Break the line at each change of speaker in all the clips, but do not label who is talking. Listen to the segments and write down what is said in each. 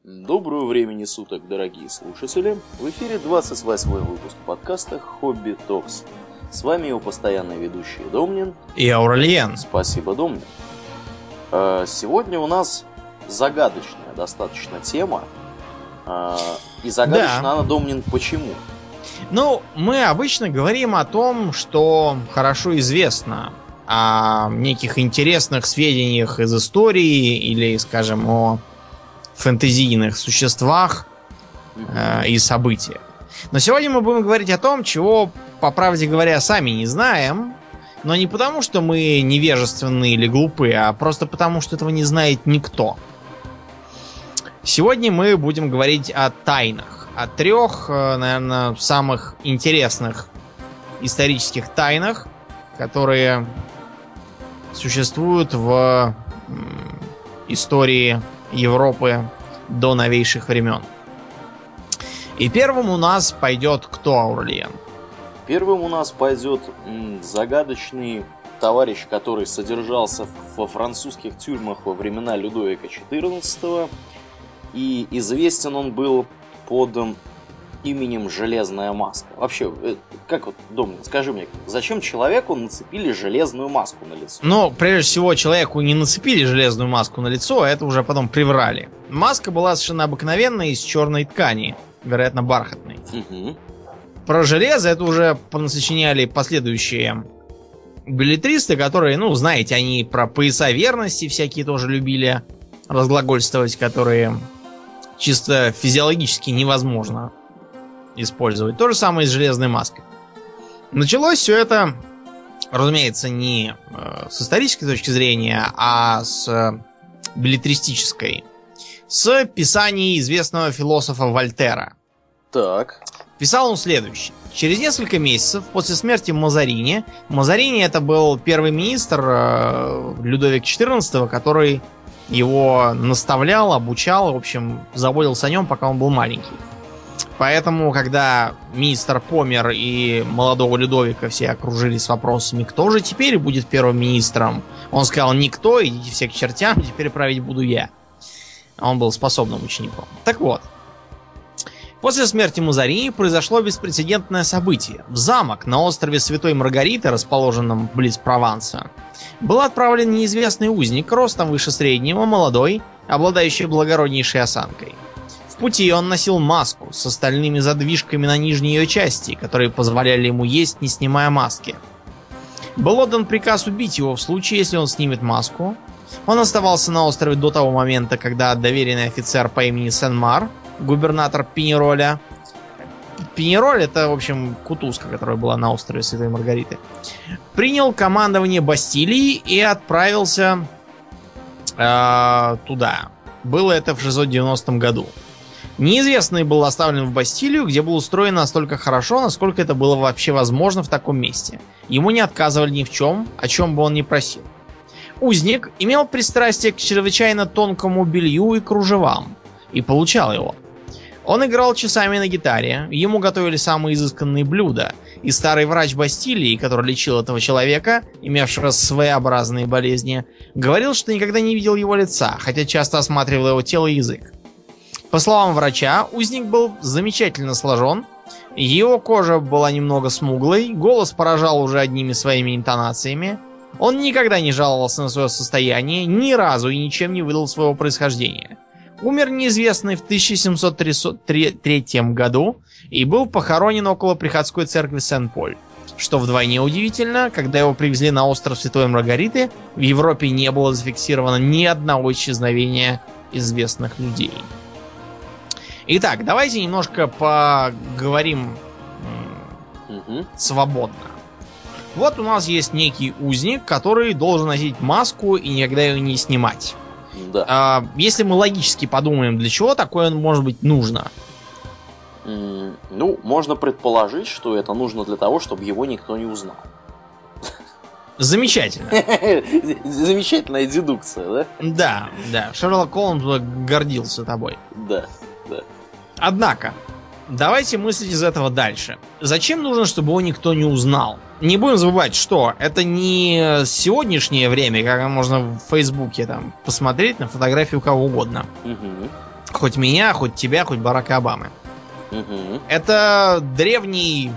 Доброго времени суток, дорогие слушатели! В эфире 28-й выпуск подкаста «Хобби Токс». С вами его постоянные ведущие Домнин
и Аурельян.
Спасибо, Домнин. Сегодня у нас загадочная достаточно тема. И загадочна она, Домнин, почему?
Ну, мы обычно говорим о том, что хорошо известно, о неких интересных сведениях из истории или, скажем, о фэнтезийных существах и событиях. Но сегодня мы будем говорить о том, чего, по правде говоря, сами не знаем, но не потому, что мы невежественны или глупы, а просто потому, что этого не знает никто. Сегодня мы будем говорить о тайнах, о трех, наверное, самых интересных исторических тайнах, которые существуют в истории Европы до новейших времен. И первым у нас пойдет кто, Аурельян?
Первым у нас пойдет загадочный товарищ, который содержался во французских тюрьмах во времена Людовика XIV. И известен он был под именем Железная Маска. Вообще, как вот, Домнин, скажи мне, зачем человеку нацепили железную маску на лицо?
Ну, прежде всего, человеку не нацепили железную маску на лицо, а это уже потом приврали. Маска была совершенно обыкновенная, из черной ткани, вероятно, бархатной.
Угу.
Про железо это уже понасочиняли последующие беллетристы, которые, ну, знаете, они про пояса верности всякие тоже любили разглагольствовать, которые чисто физиологически невозможно использовать. То же самое и с железной маской. Началось все это, разумеется, не с исторической точки зрения, а с беллетристической. С писаний известного философа Вольтера.
Так.
Писал он следующее. Через несколько месяцев после смерти Мазарини, Мазарини это был первый министр Людовика XIV, который его наставлял, обучал, в общем, заботился о нем, пока он был маленький. Поэтому, когда министр помер и молодого Людовика все окружили с вопросами, кто же теперь будет первым министром, он сказал: никто, идите все к чертям, теперь править буду я. Он был способным учеником. Так вот, после смерти Мазарини произошло беспрецедентное событие. В замок на острове Святой Маргариты, расположенном близ Прованса, был отправлен неизвестный узник, ростом выше среднего, молодой, обладающий благороднейшей осанкой. В пути он носил маску с остальными задвижками на нижней ее части, которые позволяли ему есть, не снимая маски. Был отдан приказ убить его в случае, если он снимет маску. Он оставался на острове до того момента, когда доверенный офицер по имени Сен-Мар, губернатор Пеньероля. Пеньероль — это, в общем, кутузка, которая была на острове Святой Маргариты. Принял командование Бастилии и отправился туда. Было это в 690 году. Неизвестный был оставлен в Бастилию, где был устроен настолько хорошо, насколько это было вообще возможно в таком месте. Ему не отказывали ни в чем, о чем бы он ни просил. Узник имел пристрастие к чрезвычайно тонкому белью и кружевам, и получал его. Он играл часами на гитаре, ему готовили самые изысканные блюда, и старый врач Бастилии, который лечил этого человека, имевшего своеобразные болезни, говорил, что никогда не видел его лица, хотя часто осматривал его тело и язык. По словам врача, узник был замечательно сложен, его кожа была немного смуглой, голос поражал уже одними своими интонациями, он никогда не жаловался на свое состояние, ни разу и ничем не выдал своего происхождения. Умер неизвестный в 1703 году и был похоронен около приходской церкви Сен-Поль. Что вдвойне удивительно, когда его привезли на остров Святой Маргариты, в Европе не было зафиксировано ни одного исчезновения известных людей. Итак, давайте немножко поговорим свободно. Вот у нас есть некий узник, который должен носить маску и никогда ее не снимать.
Да.
Если мы логически подумаем, для чего такое может быть нужно?
Ну, можно предположить, что это нужно для того, чтобы его никто не узнал.
Замечательно.
Замечательная дедукция,
да? Да. Шерлок Холмс гордился тобой.
Да.
Однако, давайте мыслить из этого дальше. Зачем нужно, чтобы его никто не узнал? Не будем забывать, что это не сегодняшнее время, как можно в Фейсбуке там посмотреть на фотографию кого угодно.
Угу.
Хоть меня, хоть тебя, хоть Барака Обамы.
Угу.
Это древний,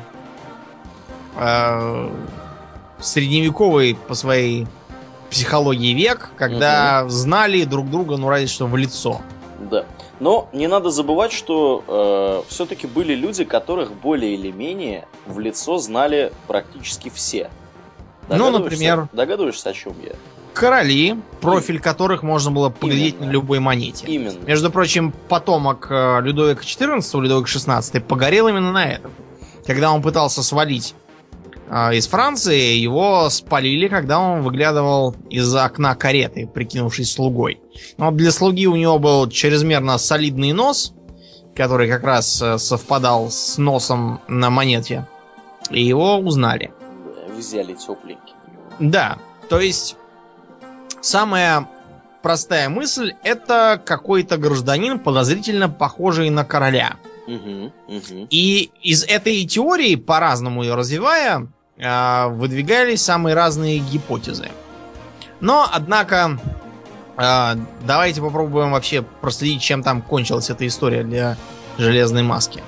средневековый по своей психологии век, когда знали друг друга, ну разве что в лицо.
Да. Но не надо забывать, что все-таки были люди, которых более или менее в лицо знали практически все.
Ну, например...
Догадываешься, о чем я?
Короли, профиль которых можно было поглядеть на любой монете.
Именно.
Между прочим, потомок Людовика XIV, Людовик XVI, погорел именно на этом. Когда он пытался свалить из Франции, его спалили, когда он выглядывал из-за окна кареты, прикинувшись слугой. Но для слуги у него был чрезмерно солидный нос, который как раз совпадал с носом на монете. И его узнали.
Да, взяли тепленький.
Да, то есть самая простая мысль — это какой-то гражданин, подозрительно похожий на короля. И из этой теории, по-разному ее развивая, выдвигались самые разные гипотезы. Но, однако, давайте попробуем вообще проследить, чем там кончилась эта история для Железной Маски.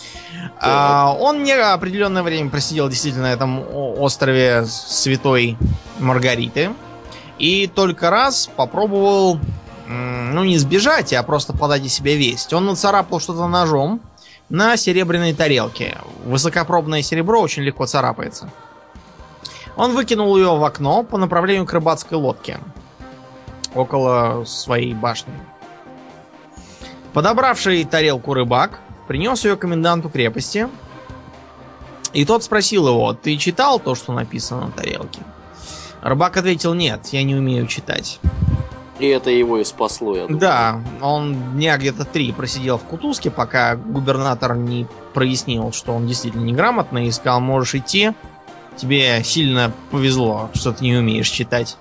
Он неопределенное время просидел действительно на этом острове Святой Маргариты. И только раз попробовал, ну, не сбежать, а просто подать о себе весть. Он нацарапал что-то ножом на серебряной тарелке. Высокопробное серебро очень легко царапается. Он выкинул ее в окно по направлению к рыбацкой лодке около своей башни. Подобравший тарелку рыбак принес ее коменданту крепости. И тот спросил его: «Ты читал то, что написано на тарелке?» Рыбак ответил: «Нет, я не умею читать».
И это его и спасло, я думаю.
Да, он дня где-то 3 просидел в кутузке, пока губернатор не прояснил, что он действительно неграмотный, и сказал: «Можешь идти, тебе сильно повезло, что ты не умеешь читать».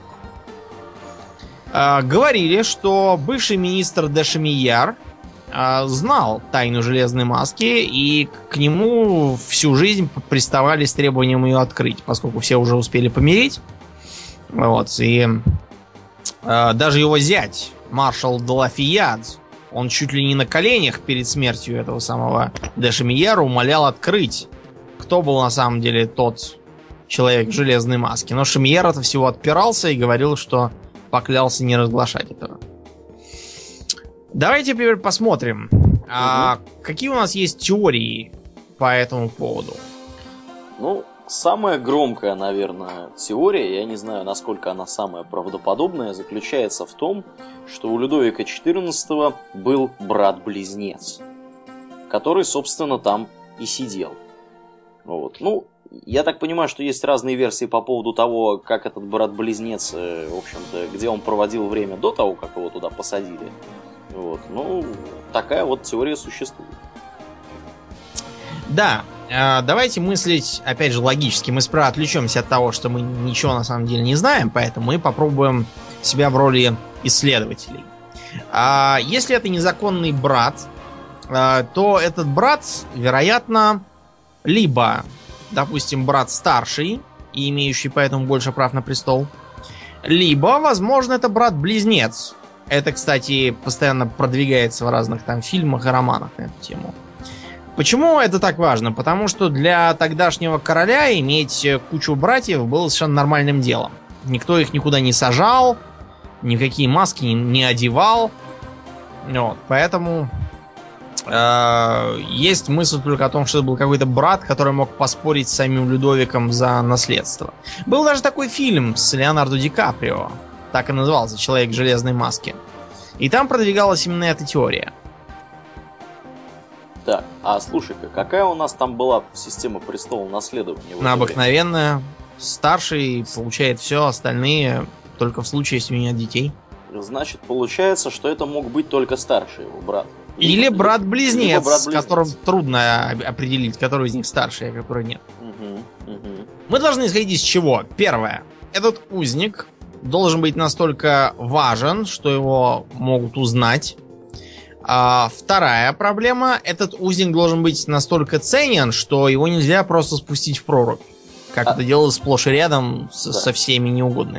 Говорили, что бывший министр де Шамияр знал тайну Железной Маски, и к нему всю жизнь приставали с требованием ее открыть, поскольку все уже успели помереть. Вот, и даже его зять, маршал де Лафайет, он чуть ли не на коленях перед смертью этого самого де Шамияра умолял открыть, кто был на самом деле тот человек в Железной Маске. Но Шамияр от всего отпирался и говорил, что поклялся не разглашать этого. Давайте теперь посмотрим, какие у нас есть теории по этому поводу.
Ну, самая громкая, наверное, теория, я не знаю, насколько она самая правдоподобная, заключается в том, что у Людовика XIV был брат-близнец, который, собственно, там и сидел. Вот. Ну, я так понимаю, что есть разные версии по поводу того, как этот брат-близнец, в общем-то, где он проводил время до того, как его туда посадили. Вот. Ну, такая вот теория существует.
Да, давайте мыслить, опять же, логически. Мы справа отвлечемся от того, что мы ничего на самом деле не знаем, поэтому мы попробуем себя в роли исследователей. Если это незаконный брат, то этот брат, вероятно, либо, допустим, брат старший и имеющий поэтому больше прав на престол, либо, возможно, это брат-близнец. Это, кстати, постоянно продвигается в разных там фильмах и романах на эту тему. Почему это так важно? Потому что для тогдашнего короля иметь кучу братьев было совершенно нормальным делом. Никто их никуда не сажал, ни в какие маски не одевал. Вот, поэтому есть мысль только о том, что это был какой-то брат, который мог поспорить с самим Людовиком за наследство. Был даже такой фильм с Леонардо Ди Каприо. Так и назывался «Человек в железной маске». И там продвигалась именно эта теория.
Так, а слушай-ка, какая у нас там была система престола наследования?
Обыкновенная. Старший получает все, остальные только в случае, если у него нет детей.
Значит, получается, что это мог быть только старший его брат.
Или брат-близнец, с которым трудно определить, который из них старший, а который нет. Мы должны исходить из чего? Первое. Этот узник должен быть настолько важен, что его могут узнать. Вторая проблема. Этот узник должен быть настолько ценен, что его нельзя просто спустить в прорубь. Как это делалось сплошь и рядом со всеми неугодными.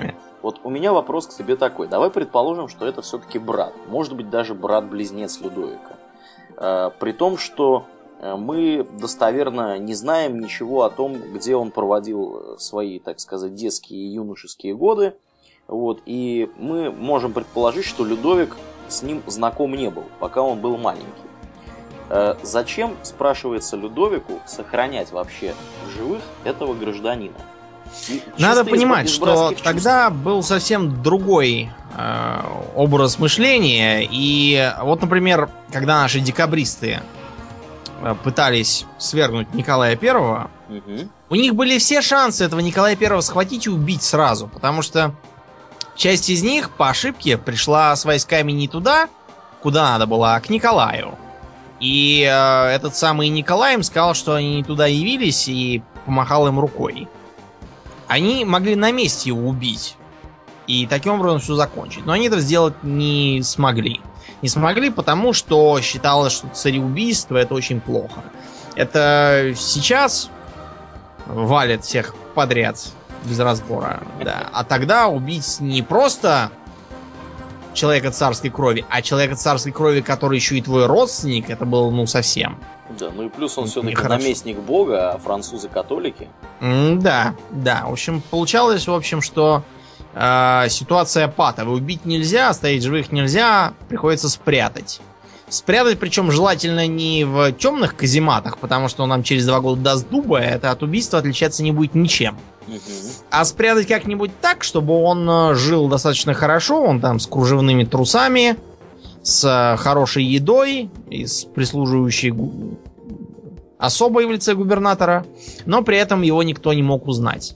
Вот у меня вопрос к тебе такой. Давай предположим, что это все-таки брат. Может быть, даже брат-близнец Людовика. При том, что мы достоверно не знаем ничего о том, где он проводил свои, так сказать, детские и юношеские годы. Вот, и мы можем предположить, что Людовик с ним знаком не был, пока он был маленький. Зачем, спрашивается, Людовику сохранять вообще в живых этого гражданина?
Надо понимать, что тогда был совсем другой образ мышления. И вот, например, когда наши декабристы пытались свергнуть Николая Первого, у них были все шансы этого Николая Первого схватить и убить сразу, потому что часть из них по ошибке пришла с войсками не туда, куда надо было, а к Николаю. И этот самый Николай им сказал, что они не туда явились, и помахал им рукой. Они могли на месте его убить и таким образом все закончить. Но они это сделать не смогли. Не смогли, потому что считалось, что цареубийство это очень плохо. Это сейчас валят всех подряд без разбора. Да. А тогда убить не просто человека царской крови, а человека царской крови, который еще и твой родственник, это было ну совсем.
Да, ну и плюс он все-таки наместник бога, а французы католики.
Да, да. В общем, получалось, что ситуация патовая. Убить нельзя, оставить живых нельзя, приходится спрятать. Спрятать, причем желательно не в темных казематах, потому что он нам через 2 года даст дуба, это от убийства отличаться не будет ничем. А спрятать как-нибудь так, чтобы он жил достаточно хорошо, он там с кружевными трусами, с хорошей едой и с прислуживающей особой в лице губернатора, но при этом его никто не мог узнать.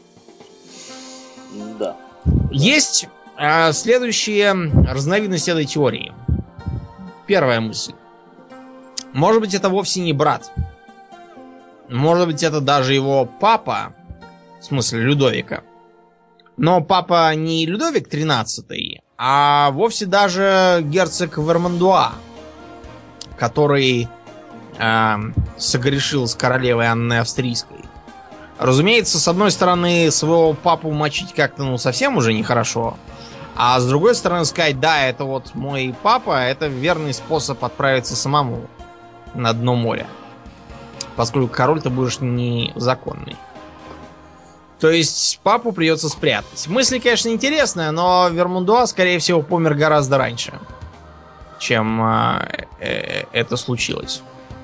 Да.
Есть следующие разновидности этой теории. Первая мысль. Может быть, это вовсе не брат. Может быть, это даже его папа, в смысле Людовика. Но папа не Людовик XIII, а вовсе даже герцог Вермандуа, который согрешил с королевой Анной Австрийской. Разумеется, с одной стороны, своего папу мочить как-то ну совсем уже нехорошо, а с другой стороны сказать, да, это вот мой папа, это верный способ отправиться самому на дно моря, поскольку король ты будешь незаконный. То есть папу придется спрятать. Мысль, конечно, интересная, но Вермандуа, скорее всего, помер гораздо раньше, чем это случилось.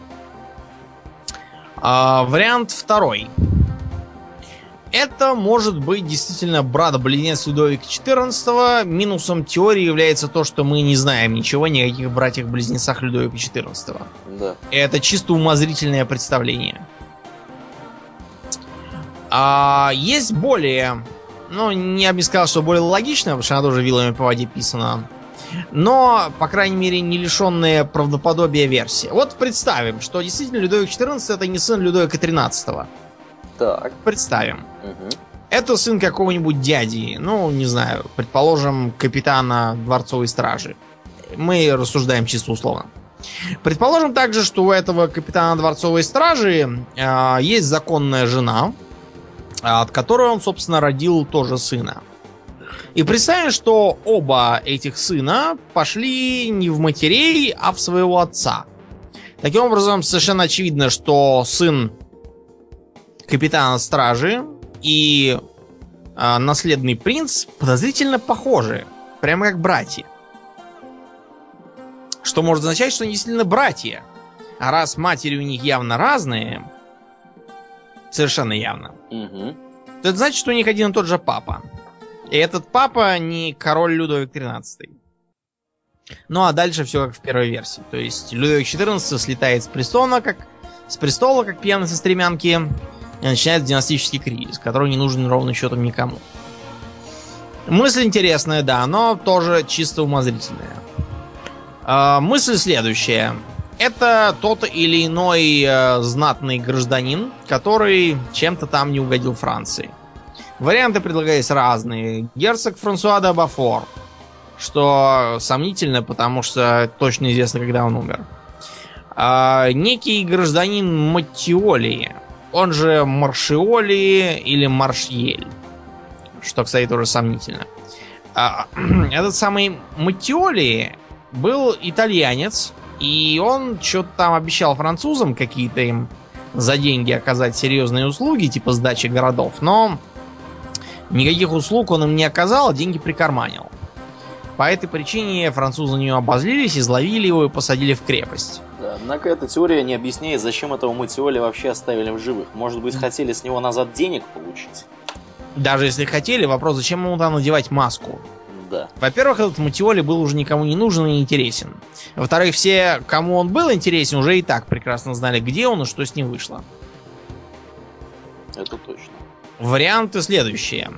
Вариант второй. Это может быть действительно брат-близнец Людовика XIV. Минусом теории является то, что мы не знаем ничего ни о никаких братьях-близнецах Людовика XIV. Да. Это чисто умозрительное представление. Есть более, ну, я бы не сказал, что более логичная, потому что она тоже вилами по воде писана, но, по крайней мере, не лишенная правдоподобия версия. Вот представим, что действительно Людовик XIV это не сын Людовика XIII. Так. Представим. Угу. Это сын какого-нибудь дяди, ну, не знаю, предположим, капитана дворцовой стражи. Мы рассуждаем чисто условно. Предположим также, что у этого капитана дворцовой стражи есть законная жена, от которой он, собственно, родил тоже сына. И представим, что оба этих сына пошли не в матерей, а в своего отца. Таким образом, совершенно очевидно, что сын капитана стражи и наследный принц подозрительно похожи. Прямо как братья. Что может означать, что они действительно братья. А раз матери у них явно разные, совершенно явно, то это значит, что у них один и тот же папа. И этот папа не король Людовик XIII. Ну а дальше все как в первой версии. То есть Людовик XIV слетает с престола, как пьяный со стремянки, и начинается династический кризис, который не нужен ровным счетом никому. Мысль интересная, да, но тоже чисто умозрительная. Мысль следующая. Это тот или иной знатный гражданин, который чем-то там не угодил Франции. Варианты предлагались разные. Герцог Франсуа де Бафор, что сомнительно, потому что точно известно, когда он умер. Некий гражданин Маттиоли, он же Маршиоли или Маршьель, что, кстати, тоже сомнительно. Этот самый Маттиоли был итальянец, и он что-то там обещал французам какие-то им за деньги оказать серьезные услуги, типа сдачи городов, но никаких услуг он им не оказал, деньги прикарманил. По этой причине французы на него обозлились, изловили его и посадили в крепость.
Да, однако эта теория не объясняет, зачем этого Маттиоли вообще оставили в живых. Может быть, хотели с него назад денег получить?
Даже если хотели, вопрос, зачем ему там надевать маску?
Да.
Во-первых, этот Маттиоли был уже никому не нужен и не интересен. Во-вторых, все, кому он был интересен, уже и так прекрасно знали, где он и что с ним вышло.
Это точно.
Варианты следующие.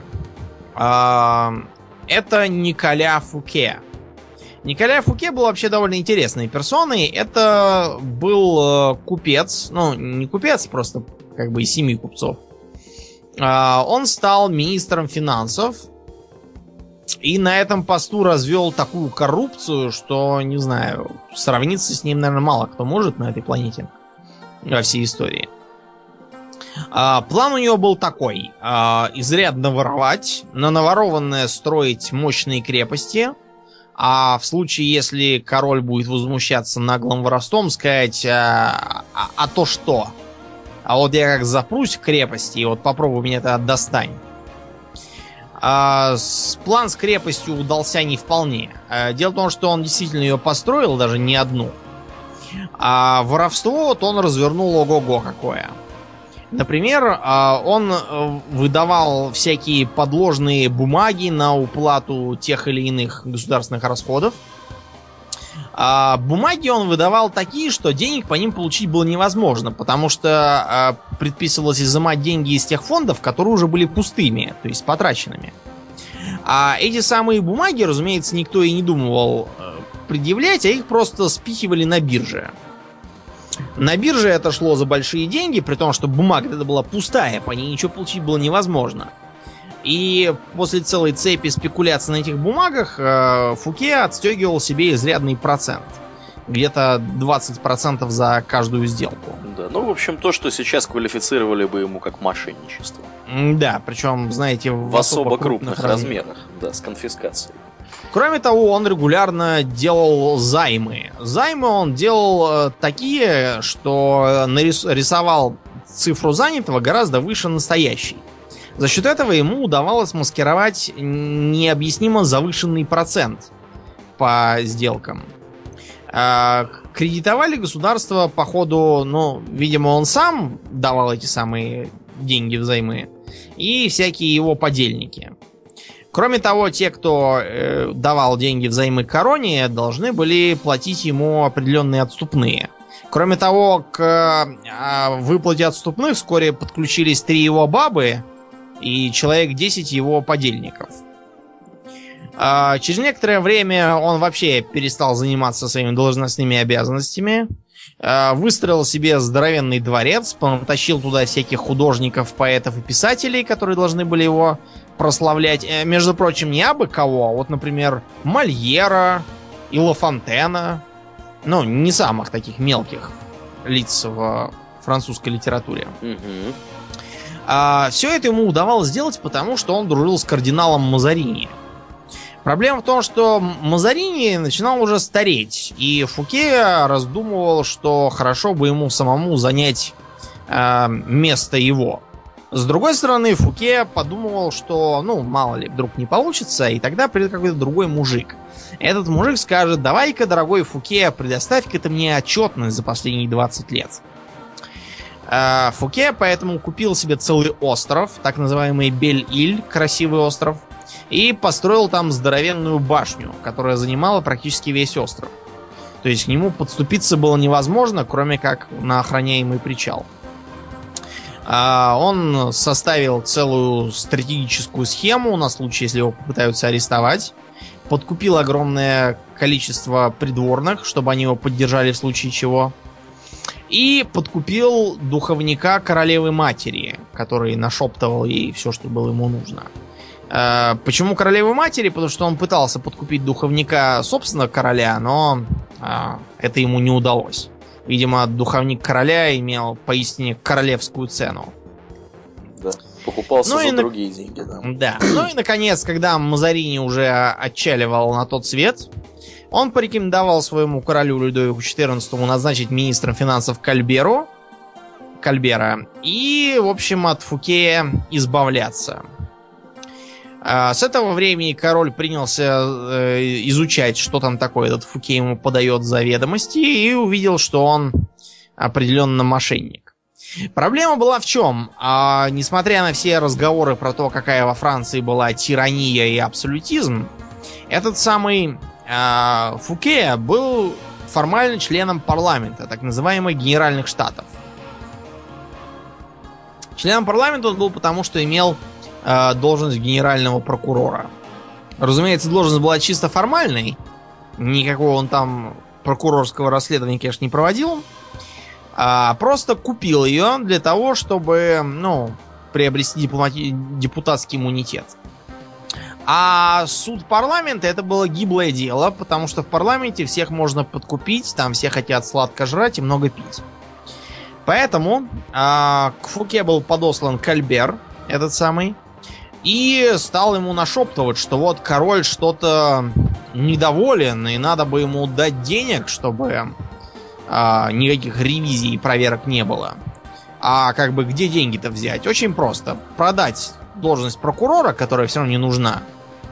Это Николя Фуке. Николя Фуке был вообще довольно интересной персоной. Это был купец, ну, не купец, просто как бы из семьи купцов. Он стал министром финансов и на этом посту развел такую коррупцию, что, не знаю, сравниться с ним, наверное, мало кто может на этой планете во всей истории. План у него был такой. Изрядно воровать, на наворованное строить мощные крепости, а в случае, если король будет возмущаться наглым воровством, сказать, а то что? А вот я как запрусь в крепости, и вот попробуй меня тогда достань. План с крепостью удался не вполне. Дело в том, что он действительно ее построил, даже не одну. А воровство вот он развернул ого-го какое. Например, он выдавал всякие подложные бумаги на уплату тех или иных государственных расходов. Бумаги он выдавал такие, что денег по ним получить было невозможно, потому что предписывалось изымать деньги из тех фондов, которые уже были пустыми, то есть потраченными. А эти самые бумаги, разумеется, никто и не думал предъявлять, а их просто спихивали на бирже. На бирже это шло за большие деньги, при том, что бумага это была пустая, по ней ничего получить было невозможно. И после целой цепи спекуляций на этих бумагах Фуке отстегивал себе изрядный процент. Где-то 20% за каждую сделку.
Да, ну, в общем, то, что сейчас квалифицировали бы ему как мошенничество.
Да, причем, знаете,
в особо крупных размерах. Да, с конфискацией.
Кроме того, он регулярно делал займы. Займы он делал такие, что рисовал цифру занятого гораздо выше настоящей. За счет этого ему удавалось маскировать необъяснимо завышенный процент по сделкам. Кредитовали государство, походу, ну, видимо, он сам давал эти самые деньги взаймы, и всякие его подельники. Кроме того, те, кто давал деньги взаймы короне, должны были платить ему определенные отступные. Кроме того, к выплате отступных вскоре подключились 3 его бабы и человек 10 его подельников. Через некоторое время он вообще перестал заниматься своими должностными обязанностями, выстроил себе здоровенный дворец, потащил туда всяких художников, поэтов и писателей, которые должны были его прославлять. Между прочим, не абы кого, а вот, например, Мольера и Ла Фонтена. Ну, не самых таких мелких лиц в французской литературе. Все это ему удавалось сделать, потому что он дружил с кардиналом Мазарини. Проблема в том, что Мазарини начинал уже стареть, и Фуке раздумывал, что хорошо бы ему самому занять место его. С другой стороны, Фуке подумывал, что, ну, мало ли, вдруг не получится, и тогда придет какой-то другой мужик. Этот мужик скажет: давай-ка, дорогой Фуке, предоставь-ка ты мне отчетность за последние 20 лет. Фуке поэтому купил себе целый остров, так называемый Бель-Иль, красивый остров, и построил там здоровенную башню, которая занимала практически весь остров. То есть к нему подступиться было невозможно, кроме как на охраняемый причал. Он составил целую стратегическую схему на случай, если его попытаются арестовать. Подкупил огромное количество придворных, чтобы они его поддержали в случае чего. И подкупил духовника королевы-матери, который нашептывал ей все, что было ему нужно. Почему королевы-матери? Потому что он пытался подкупить духовника собственного короля, но это ему не удалось. Видимо, духовник короля имел поистине королевскую цену.
Да. Покупался за другие деньги, да.
Да. Ну и, наконец, когда Мазарини уже отчаливал на тот свет, он порекомендовал своему королю Людовику XIV назначить министром финансов Кальбера и, в общем, от Фуке избавляться. С этого времени король принялся изучать, что там такое этот Фуке ему подает за ведомости, и увидел, что он определенно мошенник. Проблема была в чем? Несмотря на все разговоры про то, какая во Франции была тирания и абсолютизм, этот самый Фуке был формально членом парламента, так называемых Генеральных Штатов. Членом парламента он был потому, что имел должность генерального прокурора. Разумеется, должность была чисто формальной. Никакого он там прокурорского расследования, конечно, не проводил. Просто купил ее для того, чтобы, приобрести депутатский иммунитет. А суд парламента — это было гиблое дело, потому что в парламенте всех можно подкупить, там все хотят сладко жрать и много пить. Поэтому к Фуке был подослан Кальбер, этот самый, и стал ему нашептывать, что вот король что-то недоволен, и надо бы ему дать денег, чтобы никаких ревизий и проверок не было. А как бы где деньги-то взять? Очень просто. Продать должность прокурора, которая все равно не нужна,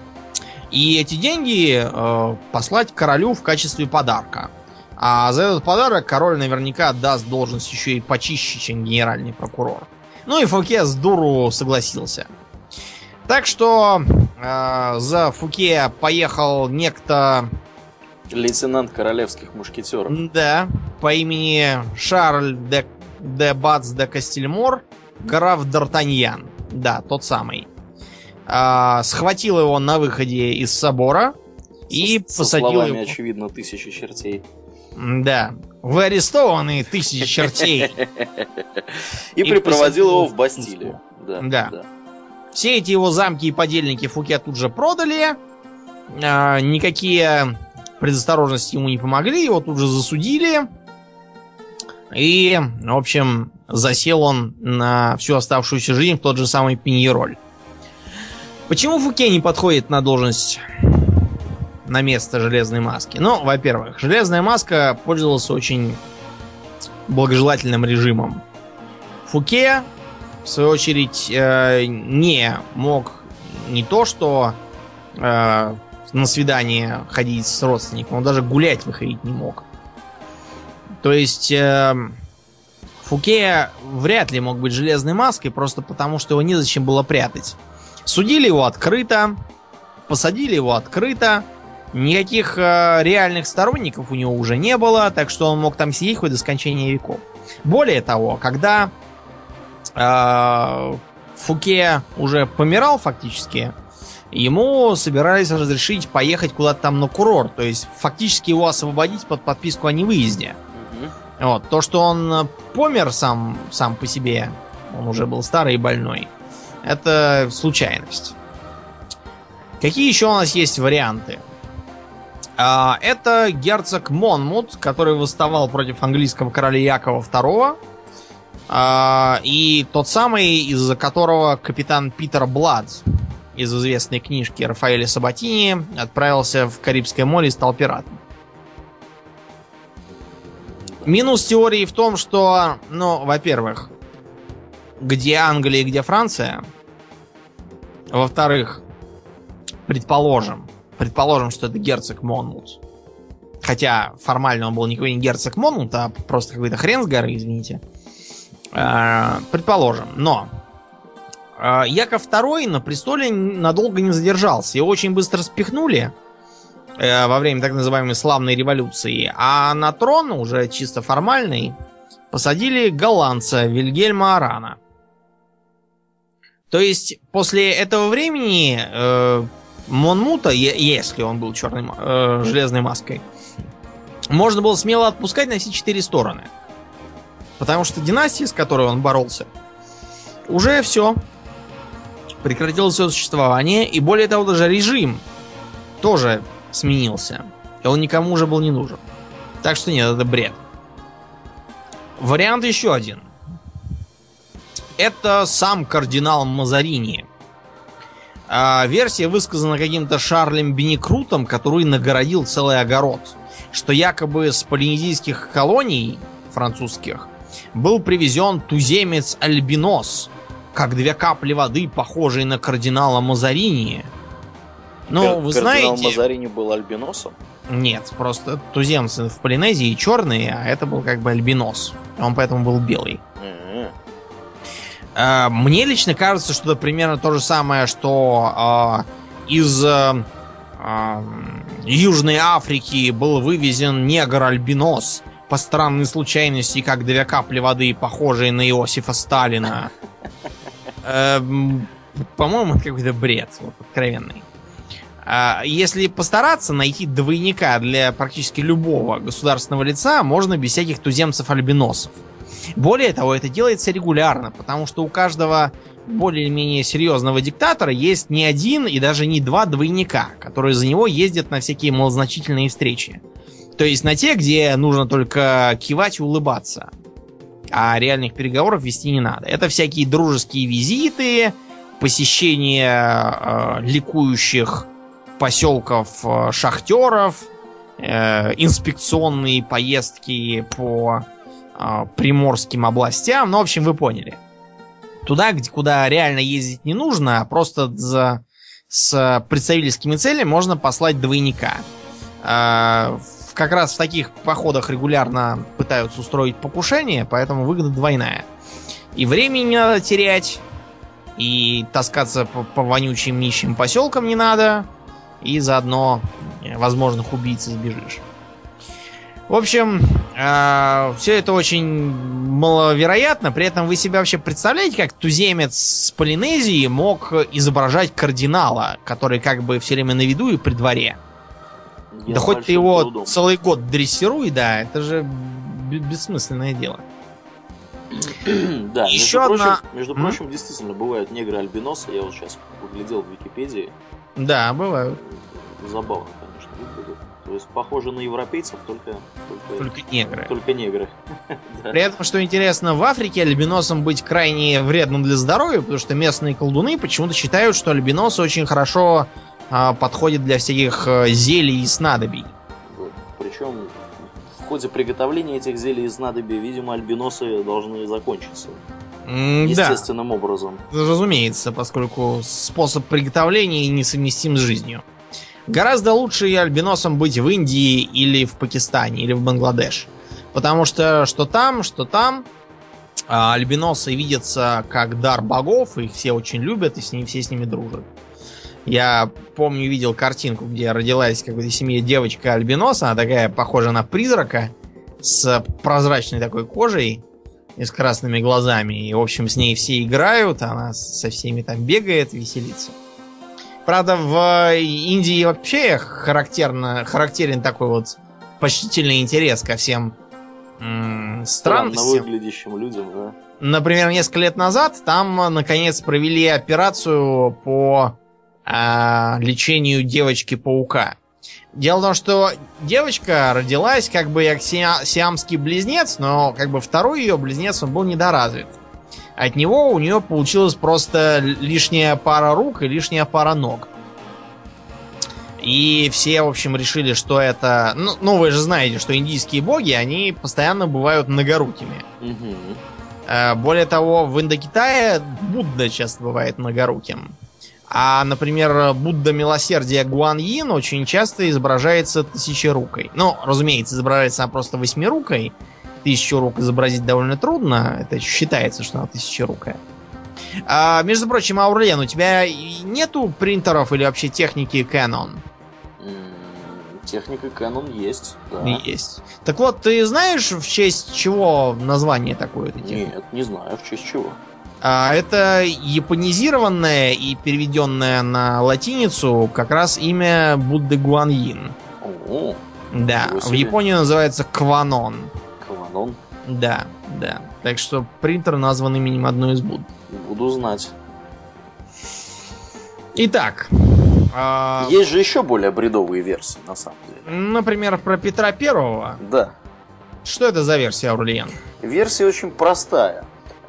и эти деньги послать королю в качестве подарка. А за этот подарок король наверняка даст должность еще и почище, чем генеральный прокурор. Ну и Фуке с дуру согласился. Так что за Фуке поехал некто...
Лейтенант королевских мушкетеров.
Да, по имени Шарль де Бац де Кастельмор, граф Д'Артаньян. Да, тот самый. Схватил его на выходе из собора и посадил
словами,
его...
очевидно, 1000 чертей.
Да. Вы арестованы, 1000 чертей.
И припроводил его в Бастилию.
Да. Все эти его замки и подельники Фуке тут же продали. Никакие предосторожности ему не помогли. Его тут же засудили. И, в общем, засел он на всю оставшуюся жизнь в тот же самый Пиньероль. Почему Фуке не подходит на должность, на место Железной Маски? Ну, во-первых, Железная Маска пользовался очень благожелательным режимом. Фуке, в свою очередь, не мог не то что на свидание ходить с родственником, он даже гулять выходить не мог. То есть Фуке вряд ли мог быть Железной Маской, просто потому что его незачем было прятать. Судили его открыто, посадили его открыто, никаких реальных сторонников у него уже не было, так что он мог там сидеть хоть до скончания веков. Более того, когда Фуке уже помирал фактически, ему собирались разрешить поехать куда-то там на курорт, то есть фактически его освободить под подписку о невыезде. Вот. То, что он помер сам по себе, он уже был старый и больной, это случайность. Какие еще у нас есть варианты? Это герцог Монмут, который восставал против английского короля Якова II. И тот самый, из-за которого капитан Питер Блад из известной книжки Рафаэля Сабатини отправился в Карибское море и стал пиратом. Минус теории в том, что, во-первых, где Англия и где Франция. Во-вторых, предположим, что это герцог Монмут. Хотя формально он был никакой не герцог Монмут, а просто какой-то хрен с горы, извините. Предположим. Но Яков II на престоле надолго не задержался. Его очень быстро спихнули во время так называемой славной революции. А на трон, уже чисто формальный, посадили голландца Вильгельма Арана. То есть после этого времени Монмута, если он был железной маской, можно было смело отпускать на все 4 стороны. Потому что династия, с которой он боролся, уже все. Прекратило свое существование. И более того, даже режим тоже сменился. И он никому уже был не нужен. Так что нет, это бред. Вариант еще один. это сам кардинал Мазарини. Версия высказана каким-то Шарлем Бенекрутом, который нагородил целый огород, что якобы с полинезийских колоний французских был привезен туземец Альбинос, как 2 капли воды, похожие на кардинала Мазарини. Ну, вы знаете...
Кардинал Мазарини был альбиносом?
Нет, просто туземцы в Полинезии черные, а это был как бы альбинос. Он поэтому был белый. Мне лично кажется, что это примерно то же самое, что из Южной Африки был вывезен негр-альбинос по странной случайности, как 2 капли воды, похожие на Иосифа Сталина. По-моему, это какой-то бред, вот, откровенный. Если постараться найти двойника для практически любого государственного лица, можно без всяких туземцев-альбиносов. Более того, это делается регулярно, потому что у каждого более-менее серьезного диктатора есть не один и даже не 2 двойника, которые за него ездят на всякие малозначительные встречи. То есть на те, где нужно только кивать и улыбаться, а реальных переговоров вести не надо. Это всякие дружеские визиты, посещение ликующих поселков шахтеров, инспекционные поездки по приморским областям. Ну, в общем, вы поняли. Туда, куда реально ездить не нужно, а просто с представительскими целями можно послать двойника. Как раз в таких походах регулярно пытаются устроить покушение, поэтому выгода двойная. И времени не надо терять, и таскаться по вонючим нищим поселкам не надо, и заодно возможных убийц избежишь. В общем, все это очень маловероятно. При этом вы себе вообще представляете, как туземец с Полинезии мог изображать кардинала, который как бы все время на виду и при дворе? Да хоть ты его трудом целый год дрессируй, да, это же бессмысленное дело.
Да, между прочим, действительно, бывают негры-альбиносы. Я вот сейчас поглядел в Википедии.
Да, бывают.
Забавно, конечно, выглядит. То есть похоже на европейцев, только
негры.
Только негры.
При этом, что интересно, в Африке альбиносом быть крайне вредно для здоровья, потому что местные колдуны почему-то считают, что альбиносы очень хорошо подходят для всяких зелий и снадобий.
Причем в ходе приготовления этих зелий и снадобий, видимо, альбиносы должны закончиться. Естественным образом.
Разумеется, поскольку способ приготовления несовместим с жизнью. Гораздо лучше альбиносам быть в Индии или в Пакистане, или в Бангладеш. Потому что там альбиносы видятся как дар богов, их все очень любят, и все с ними дружат. Я помню, видел картинку, где родилась в какой-то семье девочка-альбинос, она такая похожа на призрака, с прозрачной такой кожей и с красными глазами. И, в общем, с ней все играют, она со всеми там бегает, веселится. Правда, в Индии вообще характерен такой вот почтительный интерес ко всем странностям.
Странно выглядящим людям, да.
Например, несколько лет назад там, наконец, провели операцию по лечению девочки-паука. Дело в том, что девочка родилась как бы как сиамский близнец, но как бы второй ее близнец, он был недоразвит. От него у нее получилась просто лишняя пара рук и лишняя пара ног. И все, в общем, решили, что это... Ну, вы же знаете, что индийские боги, они постоянно бывают многорукими. Более того, в Индокитае Будда часто бывает многоруким. А, например, Будда милосердия Гуаньин очень часто изображается тысячерукой. Ну, разумеется, изображается она просто восьмирукой. 1000 рук изобразить довольно трудно. Это считается, что она тысячерукая. Между прочим, Аурлиен, у тебя нету принтеров или вообще техники Canon?
Техника Canon есть, да.
Есть. Так вот, ты знаешь, в честь чего название такое этой техники?
Нет, не знаю, в честь чего.
Это японизированное и переведенное на латиницу как раз имя Будды Гуаньин.
О,
да, в Японии называется Кванон.
Кванон?
Да. Так что принтер назван именем одной из Будд.
Буду знать.
Итак.
Есть же еще более бредовые версии, на самом деле.
Например, про Петра Первого.
Да.
Что это за версия, Аурлиен?
Версия очень простая.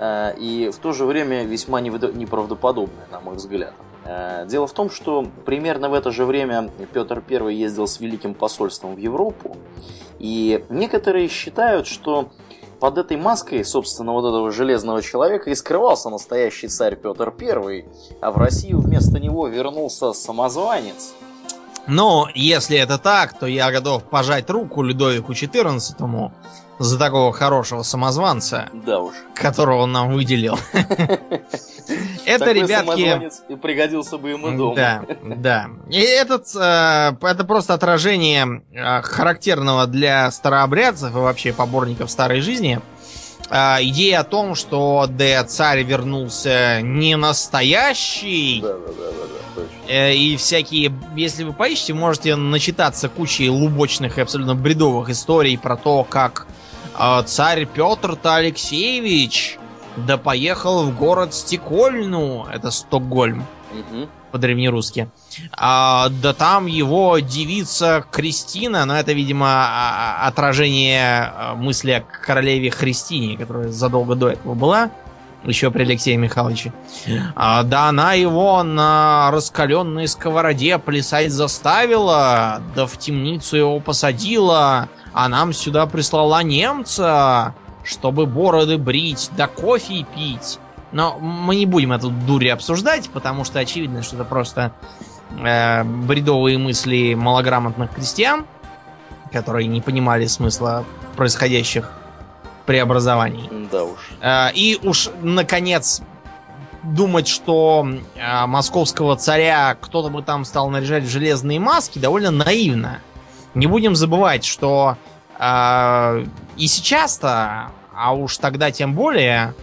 и в то же время весьма неправдоподобное, на мой взгляд. Дело в том, что примерно в это же время Петр I ездил с Великим посольством в Европу, и некоторые считают, что под этой маской, собственно, вот этого железного человека и скрывался настоящий царь Петр I, а в Россию вместо него вернулся самозванец.
Но если это так, то я готов пожать руку Людовику XIV за такого хорошего самозванца,
да уж,
которого он нам выделил. Это, ребятки...
самозванец и пригодился бы ему дома.
Да, да. И это просто отражение характерного для старообрядцев и вообще поборников старой жизни идея о том, что царь вернулся не настоящий.
Да, точно.
И всякие, если вы поищете, можете начитаться кучей лубочных и абсолютно бредовых историй про то, как царь Петр-то Алексеевич поехал в город Стокгольм, это Стокгольм по-древнерусски. Да там его девица Кристина, но это, видимо, отражение мысли о королеве Христине, которая задолго до этого была, еще при Алексее Михайловиче. Да она его на раскаленной сковороде плясать заставила, да в темницу его посадила, а нам сюда прислала немца, чтобы бороды брить, да кофе пить. Но мы не будем эту дурь обсуждать, потому что очевидно, что это просто бредовые мысли малограмотных крестьян, которые не понимали смысла происходящих преобразований.
Да уж.
И уж, наконец, думать, что московского царя кто-то бы там стал наряжать в железные маски, довольно наивно. Не будем забывать, что и сейчас-то, а уж тогда тем более,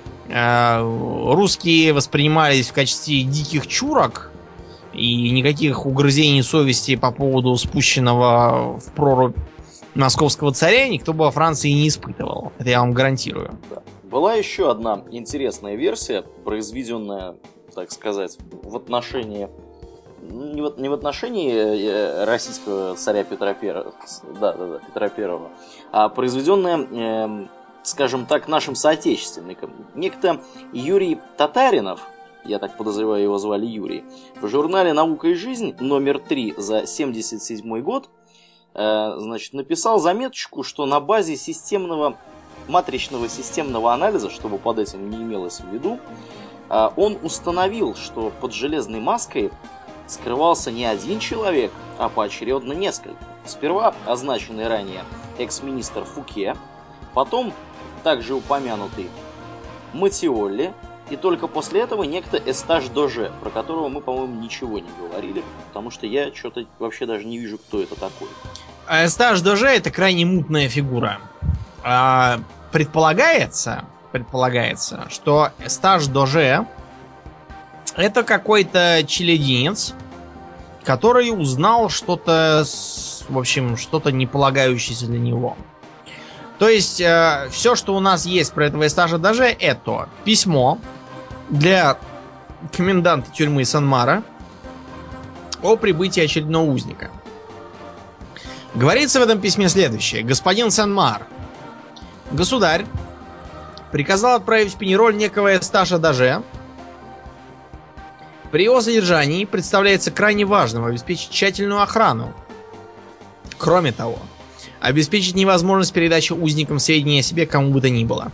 русские воспринимались в качестве диких чурок, и никаких угрызений совести по поводу спущенного в прорубь московского царя никто бы во Франции не испытывал. Это я вам гарантирую.
Да. Была еще одна интересная версия, произведенная, так сказать, в отношении... Не в отношении российского царя Петра Первого, Петра Первого, а произведенная, скажем так, нашим соотечественникам. Некто Юрий Татаринов, я так подозреваю, его звали Юрий, в журнале «Наука и жизнь» номер 3 за 1977 год, значит, написал заметочку, что на базе матричного системного анализа, чтобы под этим не имелось в виду, он установил, что под железной маской скрывался не один человек, а поочередно несколько. Сперва означенный ранее экс-министр Фуке, потом также упомянутый Матиолли, и только после этого некто Эстаж Доже, про которого мы, по-моему, ничего не говорили, потому что я что-то вообще даже не вижу, кто это такой.
Эстаж Доже — это крайне мутная фигура. Предполагается, что Эстаж Доже — это какой-то челядинец, который узнал что-то, в общем, что-то не полагающееся для него. То есть, все, что у нас есть про этого Эстажа Доже, это письмо для коменданта тюрьмы Сан-Мара о прибытии очередного узника. Говорится в этом письме следующее. Господин Сан-Мар, государь приказал отправить в Пеньероль некого Эстажа Доже. При его содержании представляется крайне важным обеспечить тщательную охрану. Кроме того, обеспечить невозможность передачи узникам сведений о себе кому бы то ни было.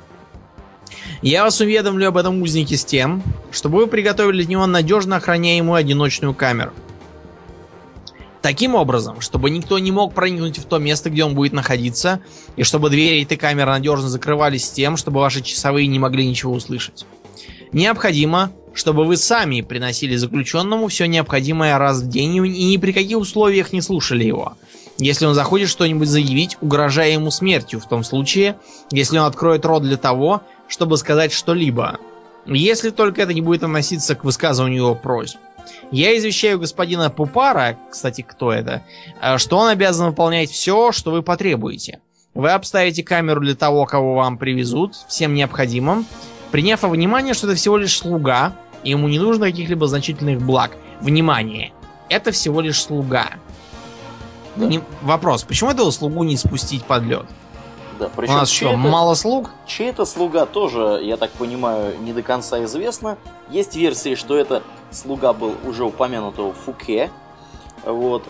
Я вас уведомлю об этом узнике с тем, чтобы вы приготовили для него надежно охраняемую одиночную камеру. Таким образом, чтобы никто не мог проникнуть в то место, где он будет находиться, и чтобы двери этой камеры надежно закрывались тем, чтобы ваши часовые не могли ничего услышать. Необходимо, чтобы вы сами приносили заключенному все необходимое раз в день и ни при каких условиях не слушали его. Если он захочет что-нибудь заявить, угрожая ему смертью в том случае, если он откроет рот для того, чтобы сказать что-либо. Если только это не будет относиться к высказыванию его просьб. Я извещаю господина Пупара, кстати, кто это, что он обязан выполнять все, что вы потребуете. Вы обставите камеру для того, кого вам привезут, всем необходимым, приняв во внимание, что это всего лишь слуга, и ему не нужно каких-либо значительных благ. Внимание! Это всего лишь слуга. Да. Вопрос, почему этого слугу не спустить под лед?
Да,
У
причем
нас что, мало слуг?
чей-то слуга тоже, я так понимаю, не до конца известно. Есть версии, что это слуга был уже упомянутого Фуке. Вот.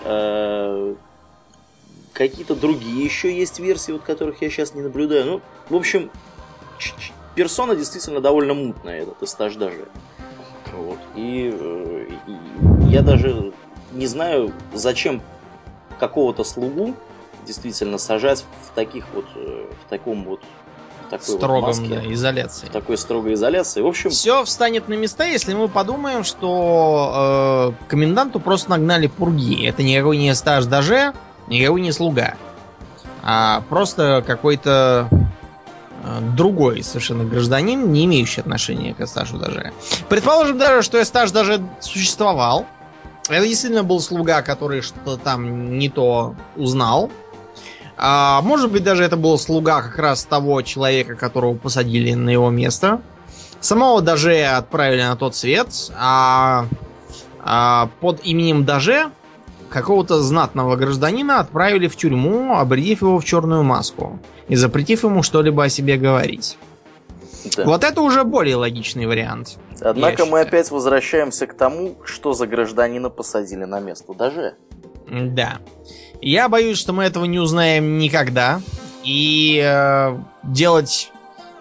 Какие-то другие еще есть версии, вот которых я сейчас не наблюдаю. Ну, в общем, персона действительно довольно мутная, этот эстаж даже. Вот. И я даже не знаю, зачем какого-то слугу действительно сажать в таких вот, в таком вот, в такой
строгом,
вот маске,
да, изоляции.
в такой строгой изоляции. В общем,
все встанет на места, если мы подумаем, что коменданту просто нагнали пурги. Это никакой не стаж даже, никакой не слуга, а просто какой-то другой совершенно гражданин, не имеющий отношения к стажу даже. Предположим даже, что стаж даже существовал. Это действительно был слуга, который что-то там не то узнал. А может быть, даже это был слуга как раз того человека, которого посадили на его место. Самого Даже отправили на тот свет, а под именем Даже какого-то знатного гражданина отправили в тюрьму, обредив его в черную маску и запретив ему что-либо о себе говорить.
да.
Вот это уже более логичный вариант.
Однако
я
мы
считаю.
опять возвращаемся к тому, что за гражданина посадили на место даже.
Да. Я боюсь, что мы этого не узнаем никогда. И делать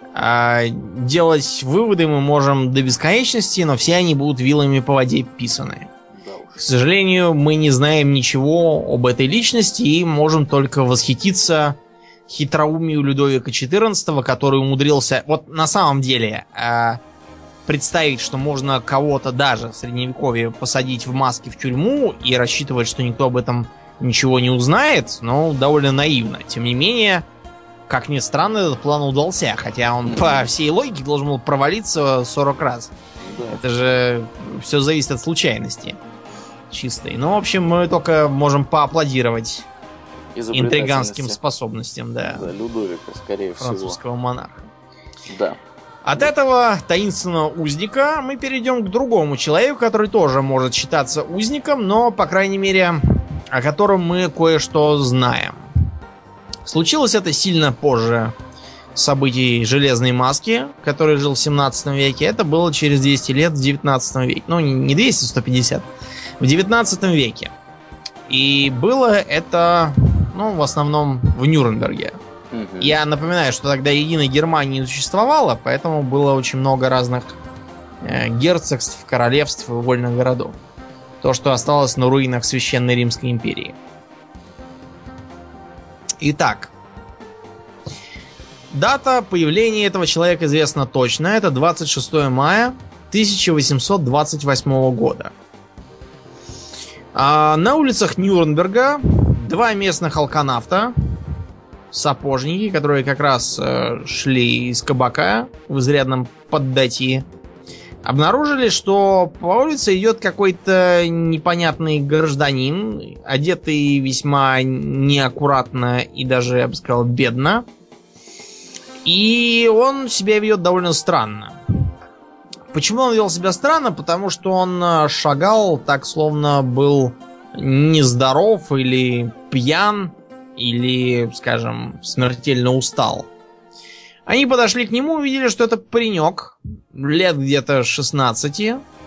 выводы мы можем до бесконечности, но все они будут вилами по воде писаны.
Да уж.
К сожалению, мы не знаем ничего об этой личности и можем только восхититься хитроумию Людовика XIV, который умудрился... Вот на самом деле... представить, что можно кого-то даже в средневековье посадить в маске в тюрьму и рассчитывать, что никто об этом ничего не узнает, ну, довольно наивно. Тем не менее, как ни странно, этот план удался, хотя он по всей логике должен был провалиться 40 раз.
Да.
Это же все зависит от случайности чистой. Ну, в общем, мы только можем поаплодировать интриганским способностям, да,
Да, Людовика, скорее всего.
французского монарха.
Да.
От этого таинственного узника мы перейдем к другому человеку, который тоже может считаться узником, но, по крайней мере, о котором мы кое-что знаем. Случилось это сильно позже событий Железной Маски, который жил в 17 веке. Это было через 200 лет в 19 веке. Ну, не 200, 150. В 19 веке. И было это, ну, в основном в Нюрнберге. Я напоминаю, что тогда единой Германии не существовало, поэтому было очень много разных герцогств, королевств и вольных городов. То, что осталось на руинах Священной Римской империи. Итак, дата появления этого человека известна точно. Это 26 мая 1828 года. На улицах Нюрнберга два местных алканавта, сапожники, которые как раз шли из кабака в изрядном поддатии, обнаружили, что по улице идет какой-то непонятный гражданин, одетый весьма неаккуратно и даже, я бы сказал, бедно. И он себя ведет довольно странно. Почему он вел себя странно? Потому что он шагал так, словно был нездоров или пьян, или, скажем, смертельно устал. Они подошли к нему, увидели, что это паренек, лет где-то 16.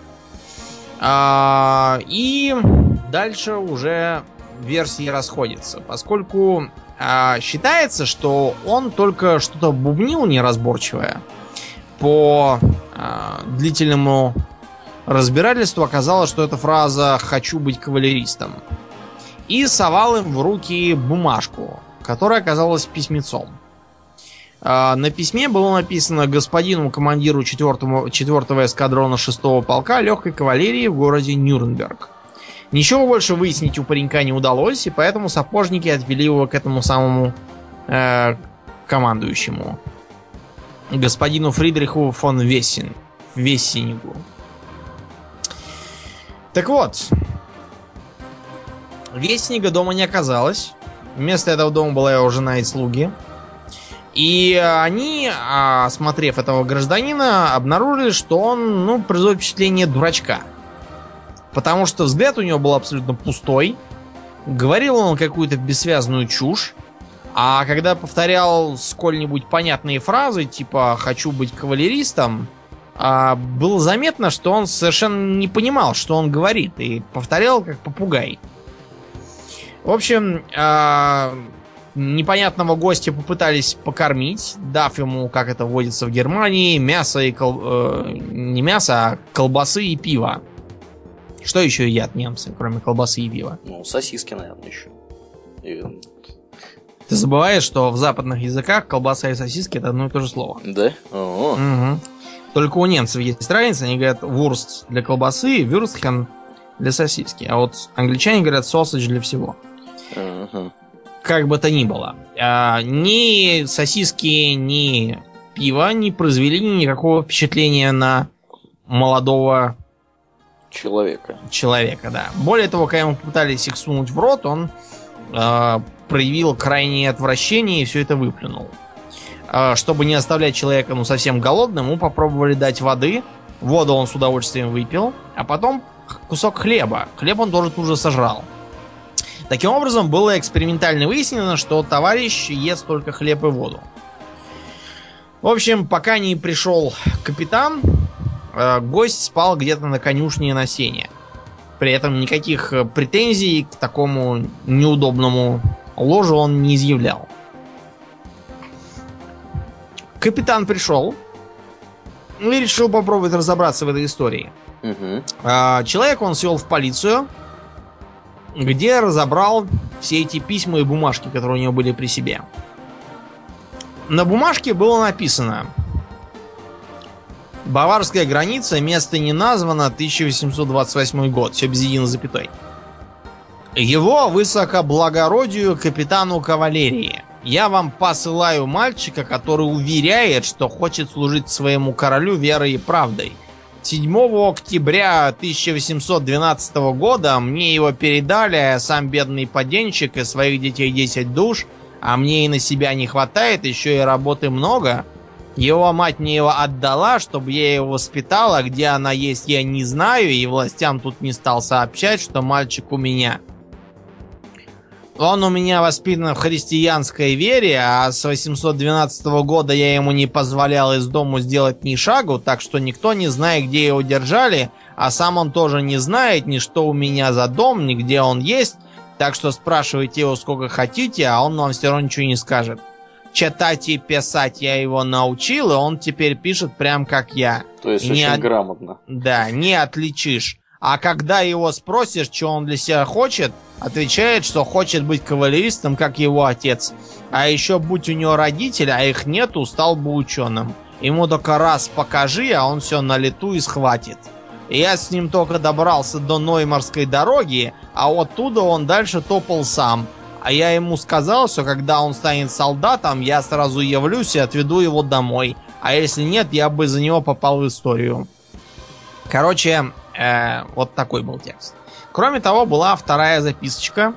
И дальше уже версии расходятся, поскольку считается, что он только что-то бубнил неразборчивое. По длительному разбирательству оказалось, что это фраза «хочу быть кавалеристом». И совал им в руки бумажку, которая оказалась письмецом. На письме было написано господину командиру 4-го эскадрона 6-го полка легкой кавалерии в городе Нюрнберг. Ничего больше выяснить у паренька не удалось, и поэтому сапожники отвели его к этому самому командующему, господину Фридриху фон Вессенигу. Так вот, Вестника дома не оказалось. Вместо этого дома была его жена и слуги. И они, осмотрев этого гражданина, обнаружили, что он, производит впечатление дурачка. Потому что взгляд у него был абсолютно пустой. Говорил он какую-то бессвязную чушь. А когда повторял сколь-нибудь понятные фразы, типа «хочу быть кавалеристом», было заметно, что он совершенно не понимал, что он говорит, и повторял как попугай. В общем, непонятного гостя попытались покормить, дав ему, как это водится в Германии, мясо и не мясо, а колбасы и пиво. Что еще едят немцы, кроме колбасы и пива?
Ну, сосиски, наверное, еще.
Ты забываешь, что в западных языках колбаса и сосиски — это одно и то же слово.
Да?
Угу. Только у немцев есть разница. Они говорят вурст для колбасы, вюрстхен для сосиски. А вот англичане говорят sausage для всего. Как бы то ни было. Ни сосиски, ни пиво не произвели никакого впечатления на молодого человека, да. Более того, когда ему пытались их сунуть в рот, он проявил крайнее отвращение и все это выплюнул. Чтобы не оставлять человека совсем голодным, ему попробовали дать воды. Воду он с удовольствием выпил, а потом кусок хлеба. Хлеб он тоже тут же сожрал. Таким образом, было экспериментально выяснено, что товарищ ест только хлеб и воду. В общем, пока не пришел капитан, гость спал где-то на конюшне на сене. При этом никаких претензий к такому неудобному ложу он не изъявлял. Капитан пришел и решил попробовать разобраться в этой истории. Человек он свел в полицию, где разобрал все эти письма и бумажки, которые у него были при себе. На бумажке было написано: «Баварская граница, место не названо, 1828 год». Все без единой запятой. «Его высокоблагородию капитану кавалерии. Я вам посылаю мальчика, который уверяет, что хочет служить своему королю верой и правдой. 7 октября 1812 года мне его передали, а сам бедный поденщик и своих детей 10 душ, а мне и на себя не хватает, еще и работы много. Его мать мне его отдала, чтобы я его воспитал, а где она есть, я не знаю, и властям тут не стал сообщать, что мальчик у меня. Он у меня воспитан в христианской вере, а с 812 года я ему не позволял из дому сделать ни шагу, так что никто не знает, где его держали, а сам он тоже не знает ни что у меня за дом, ни где он есть, так что спрашивайте его сколько хотите, а он вам все равно ничего не скажет. Читать и писать я его научил, и он теперь пишет прям как я.
То есть очень грамотно.
Да, не отличишь. А когда его спросишь, что он для себя хочет, отвечает, что хочет быть кавалеристом, как его отец. А еще будь у него родители, а их нету, стал бы ученым. Ему только раз покажи, а он все на лету и схватит. Я с ним только добрался до Ноймарской дороги, а оттуда он дальше топал сам. А я ему сказал, что когда он станет солдатом, я сразу явлюсь и отведу его домой. А если нет, я бы за него попал в историю. Короче, вот такой был текст. Кроме того, была вторая записочка,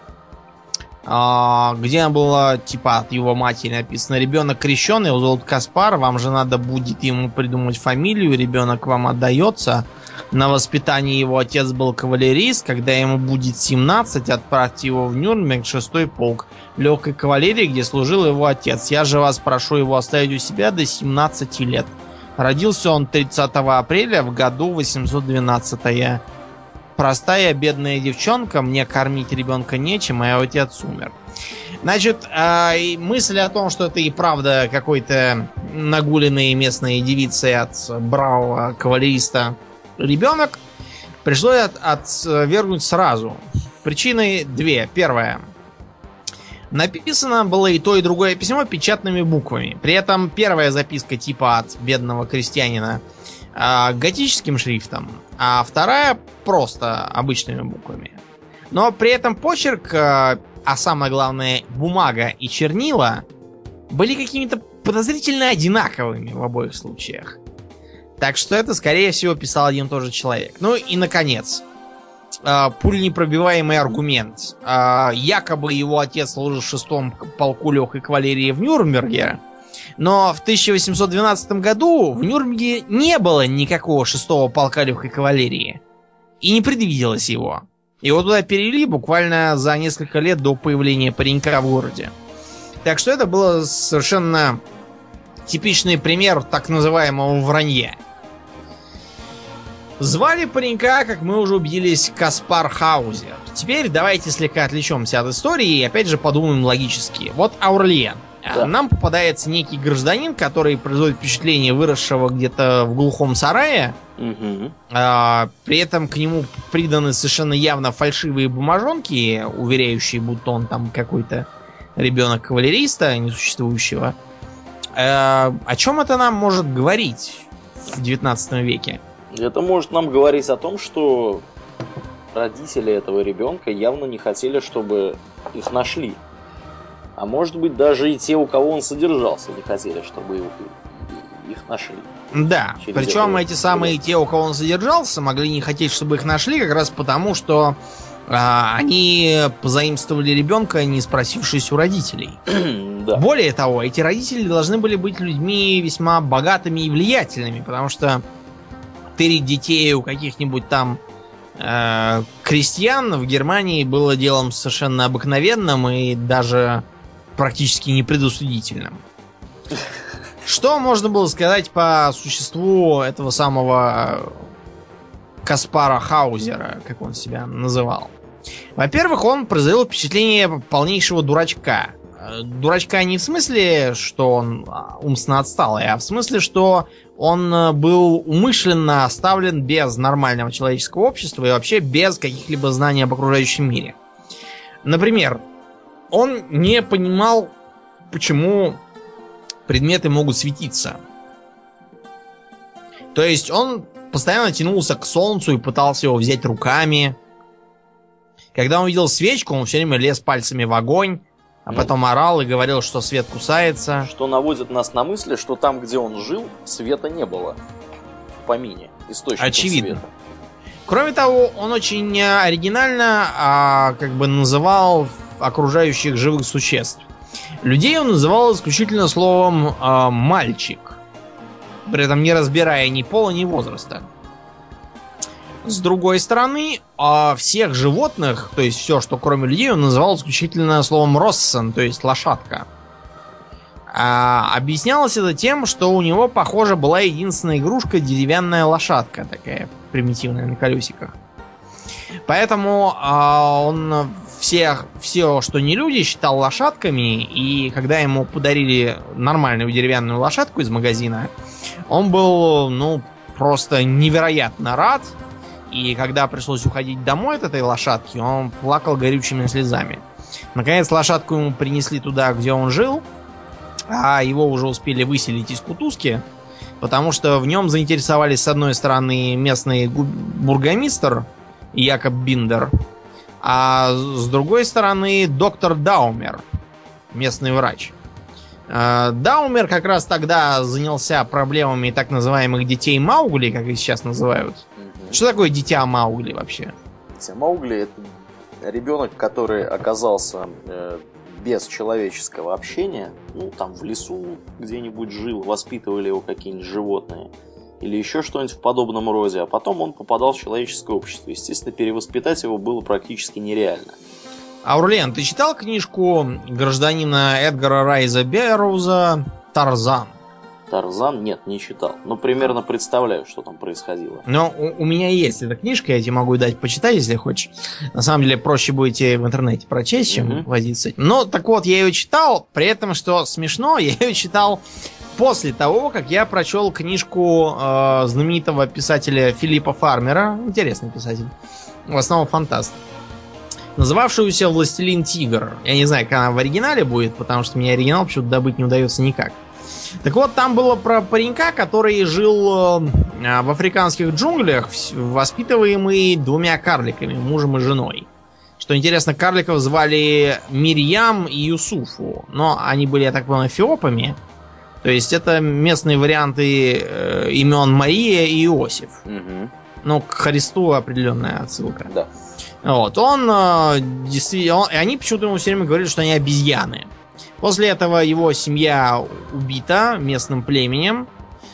где было типа от его матери написано: «Ребенок крещеный, его зовут Каспар, вам же надо будет ему придумать фамилию, ребенок вам отдается. На воспитании его отец был кавалерист, когда ему будет 17, отправьте его в Нюрнберг, 6-й полк легкой кавалерии, где служил его отец. Я же вас прошу его оставить у себя до 17 лет. Родился он 30 апреля в году 812. Простая бедная девчонка, мне кормить ребенка нечем, а отец умер». Значит, мысль о том, что это и правда какой-то нагуленный местной девицей от бравого кавалериста ребенок, пришлось отвергнуть сразу. Причины две. Первая. Написано было и то, и другое письмо печатными буквами. При этом первая записка типа от бедного крестьянина готическим шрифтом, а вторая просто обычными буквами. Но при этом почерк, а самое главное бумага и чернила, были какими-то подозрительно одинаковыми в обоих случаях. Так что это, скорее всего, писал один и тот же человек. Ну и, наконец, пуленепробиваемый аргумент. Якобы его отец служил в 6-м полку легкой кавалерии в Нюрнберге, но в 1812 году в Нюрнберге не было никакого 6-го полка легкой кавалерии. И не предвиделось его. Его туда перевели буквально за несколько лет до появления паренька в городе. Так что это было совершенно типичный пример так называемого вранья. Звали паренька, как мы уже убедились, Каспар Хаузер. Теперь давайте слегка отвлечемся от истории и опять же подумаем логически. Вот Аурлиен. Да. Нам попадается некий гражданин, который производит впечатление выросшего где-то в глухом сарае.
Угу.
При этом к нему приданы совершенно явно фальшивые бумажонки, уверяющие, будто он там какой-то ребенок кавалериста несуществующего. О чем это нам может говорить в 19 веке?
Это может нам говорить о том, что родители этого ребенка явно не хотели, чтобы их нашли. А может быть, даже и те, у кого он содержался, не хотели, чтобы их нашли.
Да, причем эти самые те, у кого он содержался, могли не хотеть, чтобы их нашли, как раз потому, что они позаимствовали ребенка, не спросившись у родителей.
Да.
Более того, эти родители должны были быть людьми весьма богатыми и влиятельными, потому что тырить детей у каких-нибудь там крестьян в Германии было делом совершенно обыкновенным и даже практически непредусудительным. Что можно было сказать по существу этого самого Каспара Хаузера, как он себя называл? Во-первых, он произвел впечатление полнейшего дурачка. Дурачка не в смысле, что он умственно отсталый, а в смысле, что он был умышленно оставлен без нормального человеческого общества и вообще без каких-либо знаний об окружающем мире. Например, он не понимал, почему предметы могут светиться. То есть он постоянно тянулся к солнцу и пытался его взять руками. Когда он видел свечку, он все время лез пальцами в огонь, а потом орал и говорил, что свет кусается.
Что наводит нас на мысли, что там, где он жил, света не было. В помине. Источником
очевидно.
Света.
Кроме того, он очень оригинально называл окружающих живых существ. Людей он называл исключительно словом «мальчик», при этом не разбирая ни пола, ни возраста. С другой стороны, всех животных, то есть все, что кроме людей, он называл исключительно словом «россен», то есть «лошадка». Объяснялось это тем, что у него, похоже, была единственная игрушка — деревянная лошадка, такая примитивная на колесиках. Поэтому он все, что не люди, считал лошадками, и когда ему подарили нормальную деревянную лошадку из магазина, он был, просто невероятно рад. И когда пришлось уходить домой от этой лошадки, он плакал горючими слезами. Наконец, лошадку ему принесли туда, где он жил, а его уже успели выселить из кутузки, потому что в нем заинтересовались, с одной стороны, местный бургомистр Якоб Биндер, а с другой стороны, доктор Даумер, местный врач. Даумер как раз тогда занялся проблемами так называемых детей Маугли, как их сейчас называют. Что такое дитя Маугли вообще?
Дитя Маугли — это ребенок, который оказался без человеческого общения, там в лесу где-нибудь жил, воспитывали его какие-нибудь животные или еще что-нибудь в подобном роде, а потом он попадал в человеческое общество. Естественно, перевоспитать его было практически нереально.
Аурлиен, ты читал книжку гражданина Эдгара Райза Берроуза «Тарзан»?
Тарзан? Нет, не читал. Но примерно представляю, что там происходило.
Но у меня есть эта книжка, я тебе могу дать почитать, если хочешь. На самом деле проще будете в интернете прочесть, чем возиться. Но так вот, я ее читал, при этом, что смешно, я ее читал после того, как я прочел книжку знаменитого писателя Филиппа Фармера. Интересный писатель. В основном фантаст. Называвшуюся «Властелин тигр». Я не знаю, как она в оригинале будет, потому что мне оригинал почему-то добыть не удается никак. Так вот, там было про паренька, который жил в африканских джунглях, воспитываемый двумя карликами, мужем и женой. Что интересно, карликов звали Мирьям и Юсуфу, но они были, я так понимаю, эфиопами. То есть это местные варианты имен Мария и Иосиф. Угу. К Христу определенная отсылка.
Да.
Вот, он действительно... И они почему-то ему все время говорили, что они обезьяны. После этого его семья убита местным племенем.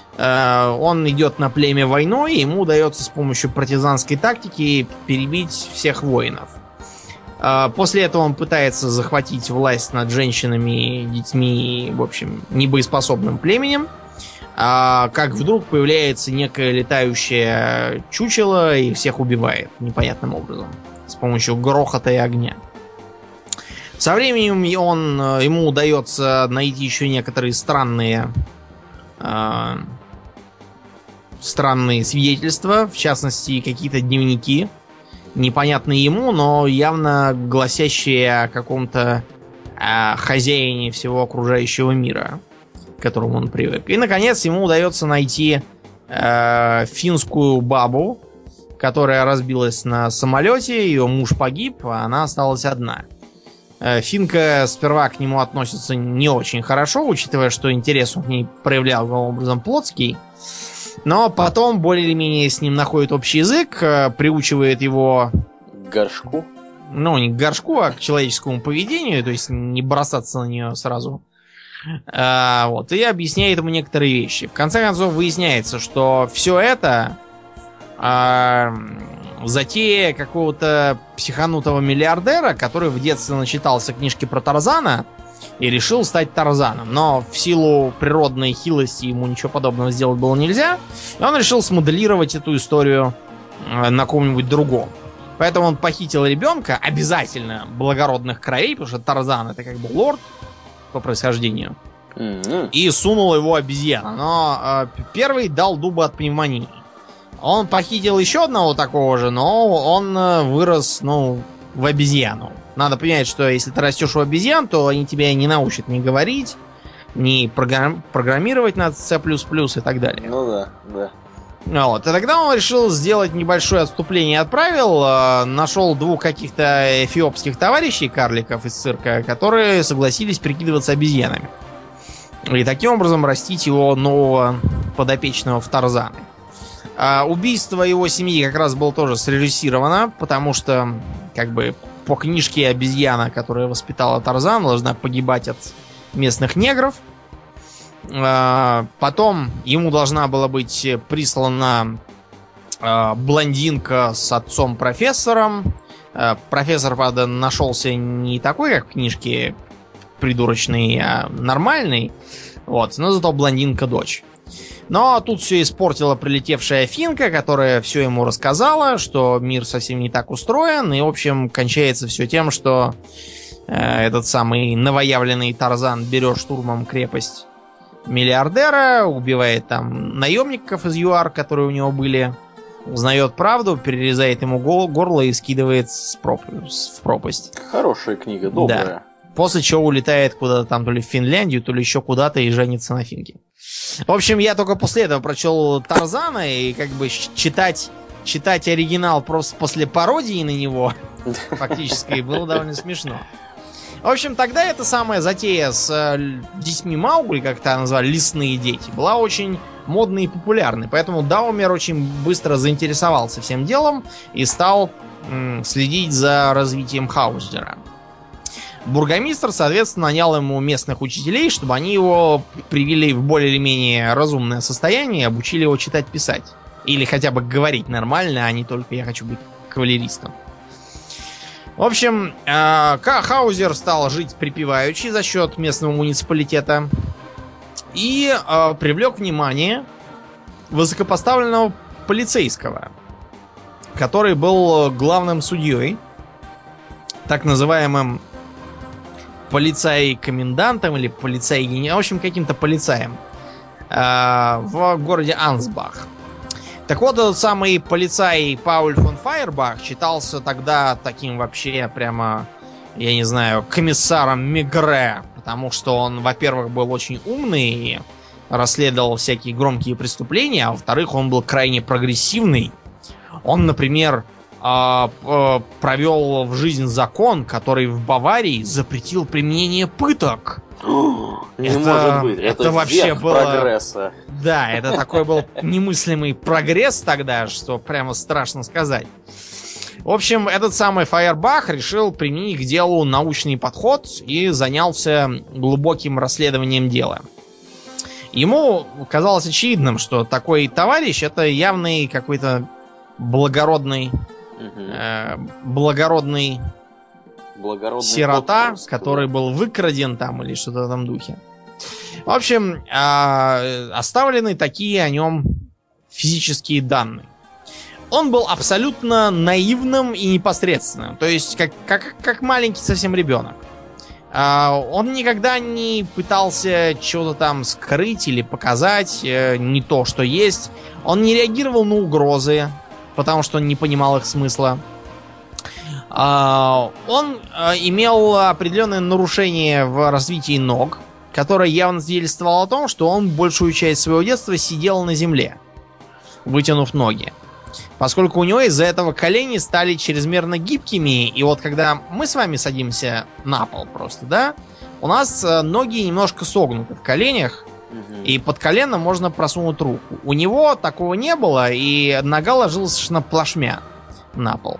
Он идет на племя войной, и ему удается с помощью партизанской тактики перебить всех воинов. После этого он пытается захватить власть над женщинами, детьми и, в общем, небоеспособным племенем. Как вдруг появляется некое летающее чучело и всех убивает непонятным образом. С помощью грохота и огня. Со временем ему удается найти еще некоторые странные свидетельства, в частности, какие-то дневники, непонятные ему, но явно гласящие о каком-то хозяине всего окружающего мира, к которому он привык. И, наконец, ему удается найти финскую бабу, которая разбилась на самолете, ее муж погиб, а она осталась одна. Финка сперва к нему относится не очень хорошо, учитывая, что интерес он к ней проявлял главным образом плотский. Но потом более или менее с ним находит общий язык, приучивает его...
К горшку?
Ну, не к горшку, а к человеческому поведению, то есть не бросаться на нее сразу. Вот, и объясняет ему некоторые вещи. В конце концов, выясняется, что все это затея какого-то психанутого миллиардера, который в детстве начитался книжки про Тарзана и решил стать Тарзаном. Но в силу природной хилости ему ничего подобного сделать было нельзя. И он решил смоделировать эту историю на ком-нибудь другом. Поэтому он похитил ребенка, обязательно благородных кровей, потому что Тарзан это как бы лорд по происхождению. И сунул его обезьяна. Но первый дал дубы от пневмонии. Он похитил еще одного такого же, но он вырос, в обезьяну. Надо понять, что если ты растешь у обезьян, то они тебя не научат ни говорить, ни программировать на C++ и так далее.
Ну да.
Вот. И тогда он решил сделать небольшое отступление от правил. Нашел двух каких-то эфиопских товарищей, карликов из цирка, которые согласились прикидываться обезьянами. И таким образом растить его нового подопечного в Тарзаны. Убийство его семьи как раз было тоже срежиссировано, потому что, как бы, по книжке обезьяна, которая воспитала Тарзан, должна погибать от местных негров. Потом ему должна была быть прислана блондинка с отцом-профессором. Профессор, правда, нашелся не такой, как в книжке, придурочный, а нормальный. Вот, но зато блондинка дочь. Но тут все испортила прилетевшая финка, которая все ему рассказала, что мир совсем не так устроен. И, в общем, кончается все тем, что этот самый новоявленный Тарзан берет штурмом крепость миллиардера, убивает там наемников из ЮАР, которые у него были, узнает правду, перерезает ему горло и скидывает в пропасть.
Хорошая книга, добрая.
Да. После чего улетает куда-то там, то ли в Финляндию, то ли еще куда-то и женится на финке. В общем, я только после этого прочел Тарзана, и как бы читать оригинал просто после пародии на него фактически было довольно смешно. В общем, тогда эта самая затея с детьми Маугли, как это назвали, лесные дети, была очень модной и популярной. Поэтому Даумер очень быстро заинтересовался всем делом и стал следить за развитием Хаузера. Бургомистр, соответственно, нанял ему местных учителей, чтобы они его привели в более или менее разумное состояние и обучили его читать-писать. Или хотя бы говорить нормально, а не только «я хочу быть кавалеристом». В общем, Хаузер стал жить припеваючи за счет местного муниципалитета и привлек внимание высокопоставленного полицейского, который был главным судьей, так называемым полицай-комендантом или полицай-генералом, в общем, каким-то полицаем в городе Ансбах. Так вот, этот самый полицай Пауль фон Файербах считался тогда таким вообще прямо, я не знаю, комиссаром Мегре, потому что он, во-первых, был очень умный и расследовал всякие громкие преступления, а во-вторых, он был крайне прогрессивный. Он, например, провел в жизнь закон, который в Баварии запретил применение пыток.
Не может быть. Это
вообще было
прогресса.
Да, это такой был немыслимый прогресс тогда, что прямо страшно сказать. В общем, этот самый Файербах решил применить к делу научный подход и занялся глубоким расследованием дела. Ему казалось очевидным, что такой товарищ это явный какой-то благородный
Благородный
сирота,
кот просто,
который
да.
был выкраден там или что-то в этом духе. В общем, оставлены такие о нем физические данные. Он был абсолютно наивным и непосредственным. То есть, как маленький совсем ребенок. Он никогда не пытался чего-то там скрыть или показать не то, что есть. Он не реагировал на угрозы, потому что он не понимал их смысла. Он имел определенное нарушение в развитии ног, которое явно свидетельствовало о том, что он большую часть своего детства сидел на земле, вытянув ноги. Поскольку у него из-за этого колени стали чрезмерно гибкими, и вот когда мы с вами садимся на пол просто, да, у нас ноги немножко согнуты в коленях, и под колено можно просунуть руку. У него такого не было, и нога ложилась совершенно плашмя на пол.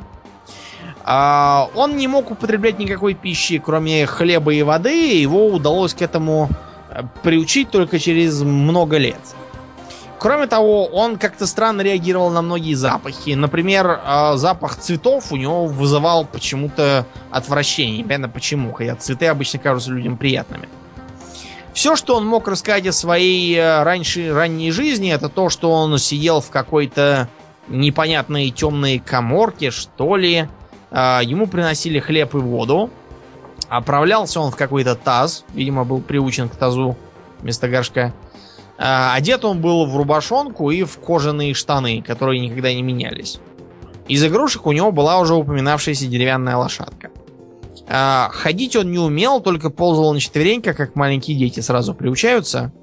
Он не мог употреблять никакой пищи, кроме хлеба и воды, и его удалось к этому приучить только через много лет. Кроме того, он как-то странно реагировал на многие запахи. Например, запах цветов у него вызывал почему-то отвращение. Непонятно почему, хотя цветы обычно кажутся людям приятными. Все, что он мог рассказать о своей ранней жизни, это то, что он сидел в какой-то непонятной темной каморке, что ли. Ему приносили хлеб и воду. Оправлялся он в какой-то таз. Видимо, был приучен к тазу вместо горшка. Одет он был в рубашонку и в кожаные штаны, которые никогда не менялись. Из игрушек у него была уже упоминавшаяся деревянная лошадка. Ходить он не умел, только ползал на четвереньках, как маленькие дети сразу приучаются.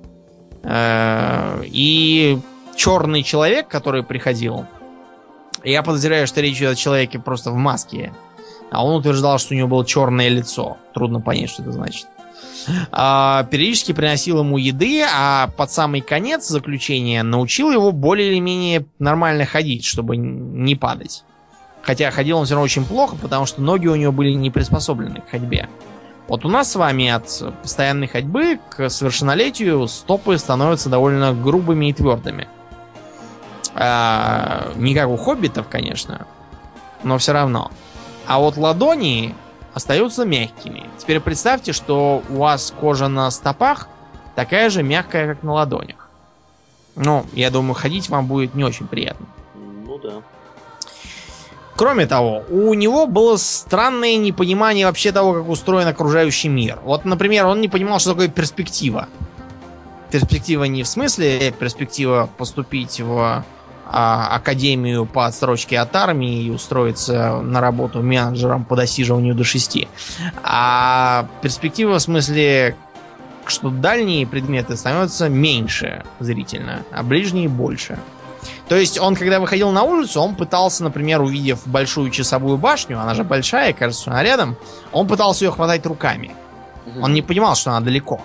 И черный человек, который приходил, я подозреваю, что речь идет о человеке просто в маске. А он утверждал, что у него было черное лицо. Трудно понять, что это значит. Периодически приносил ему еды, а под самый конец заключения научил его более или менее нормально ходить, чтобы не падать. Хотя ходил он все равно очень плохо, потому что ноги у него были не приспособлены к ходьбе. Вот у нас с вами от постоянной ходьбы к совершеннолетию стопы становятся довольно грубыми и твердыми. Не как у хоббитов, конечно, но все равно. А вот ладони остаются мягкими. Теперь представьте, что у вас кожа на стопах такая же мягкая, как на ладонях. Ну, я думаю, ходить вам будет не очень приятно.
Ну да.
Кроме того, у него было странное непонимание вообще того, как устроен окружающий мир. Вот, например, он не понимал, что такое перспектива. Перспектива не в смысле перспектива поступить в академию по отсрочке от армии и устроиться на работу менеджером по досиживанию до 6. А перспектива в смысле, что дальние предметы становятся меньше зрительно, а ближние больше. То есть он, когда выходил на улицу, он пытался, например, увидев большую часовую башню, она же большая, кажется, что она рядом, он пытался ее хватать руками. Он не понимал, что она далеко.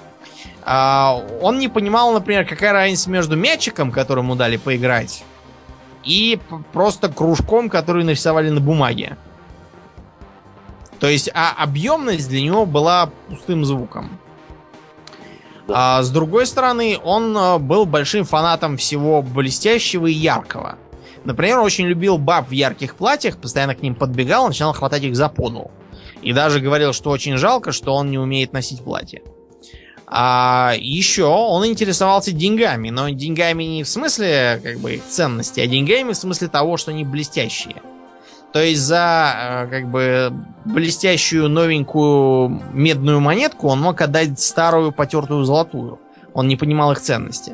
Он не понимал, например, какая разница между мячиком, который ему дали поиграть, и просто кружком, который нарисовали на бумаге. То есть, объемность для него была пустым звуком. Да. С другой стороны, он был большим фанатом всего блестящего и яркого. Например, очень любил баб в ярких платьях, постоянно к ним подбегал, начинал хватать их за подол. И даже говорил, что очень жалко, что он не умеет носить платье. А еще он интересовался деньгами, но деньгами не в смысле как бы их ценности, а деньгами в смысле того, что они блестящие. То есть за как бы блестящую новенькую медную монетку он мог отдать старую потертую золотую. Он не понимал их ценности.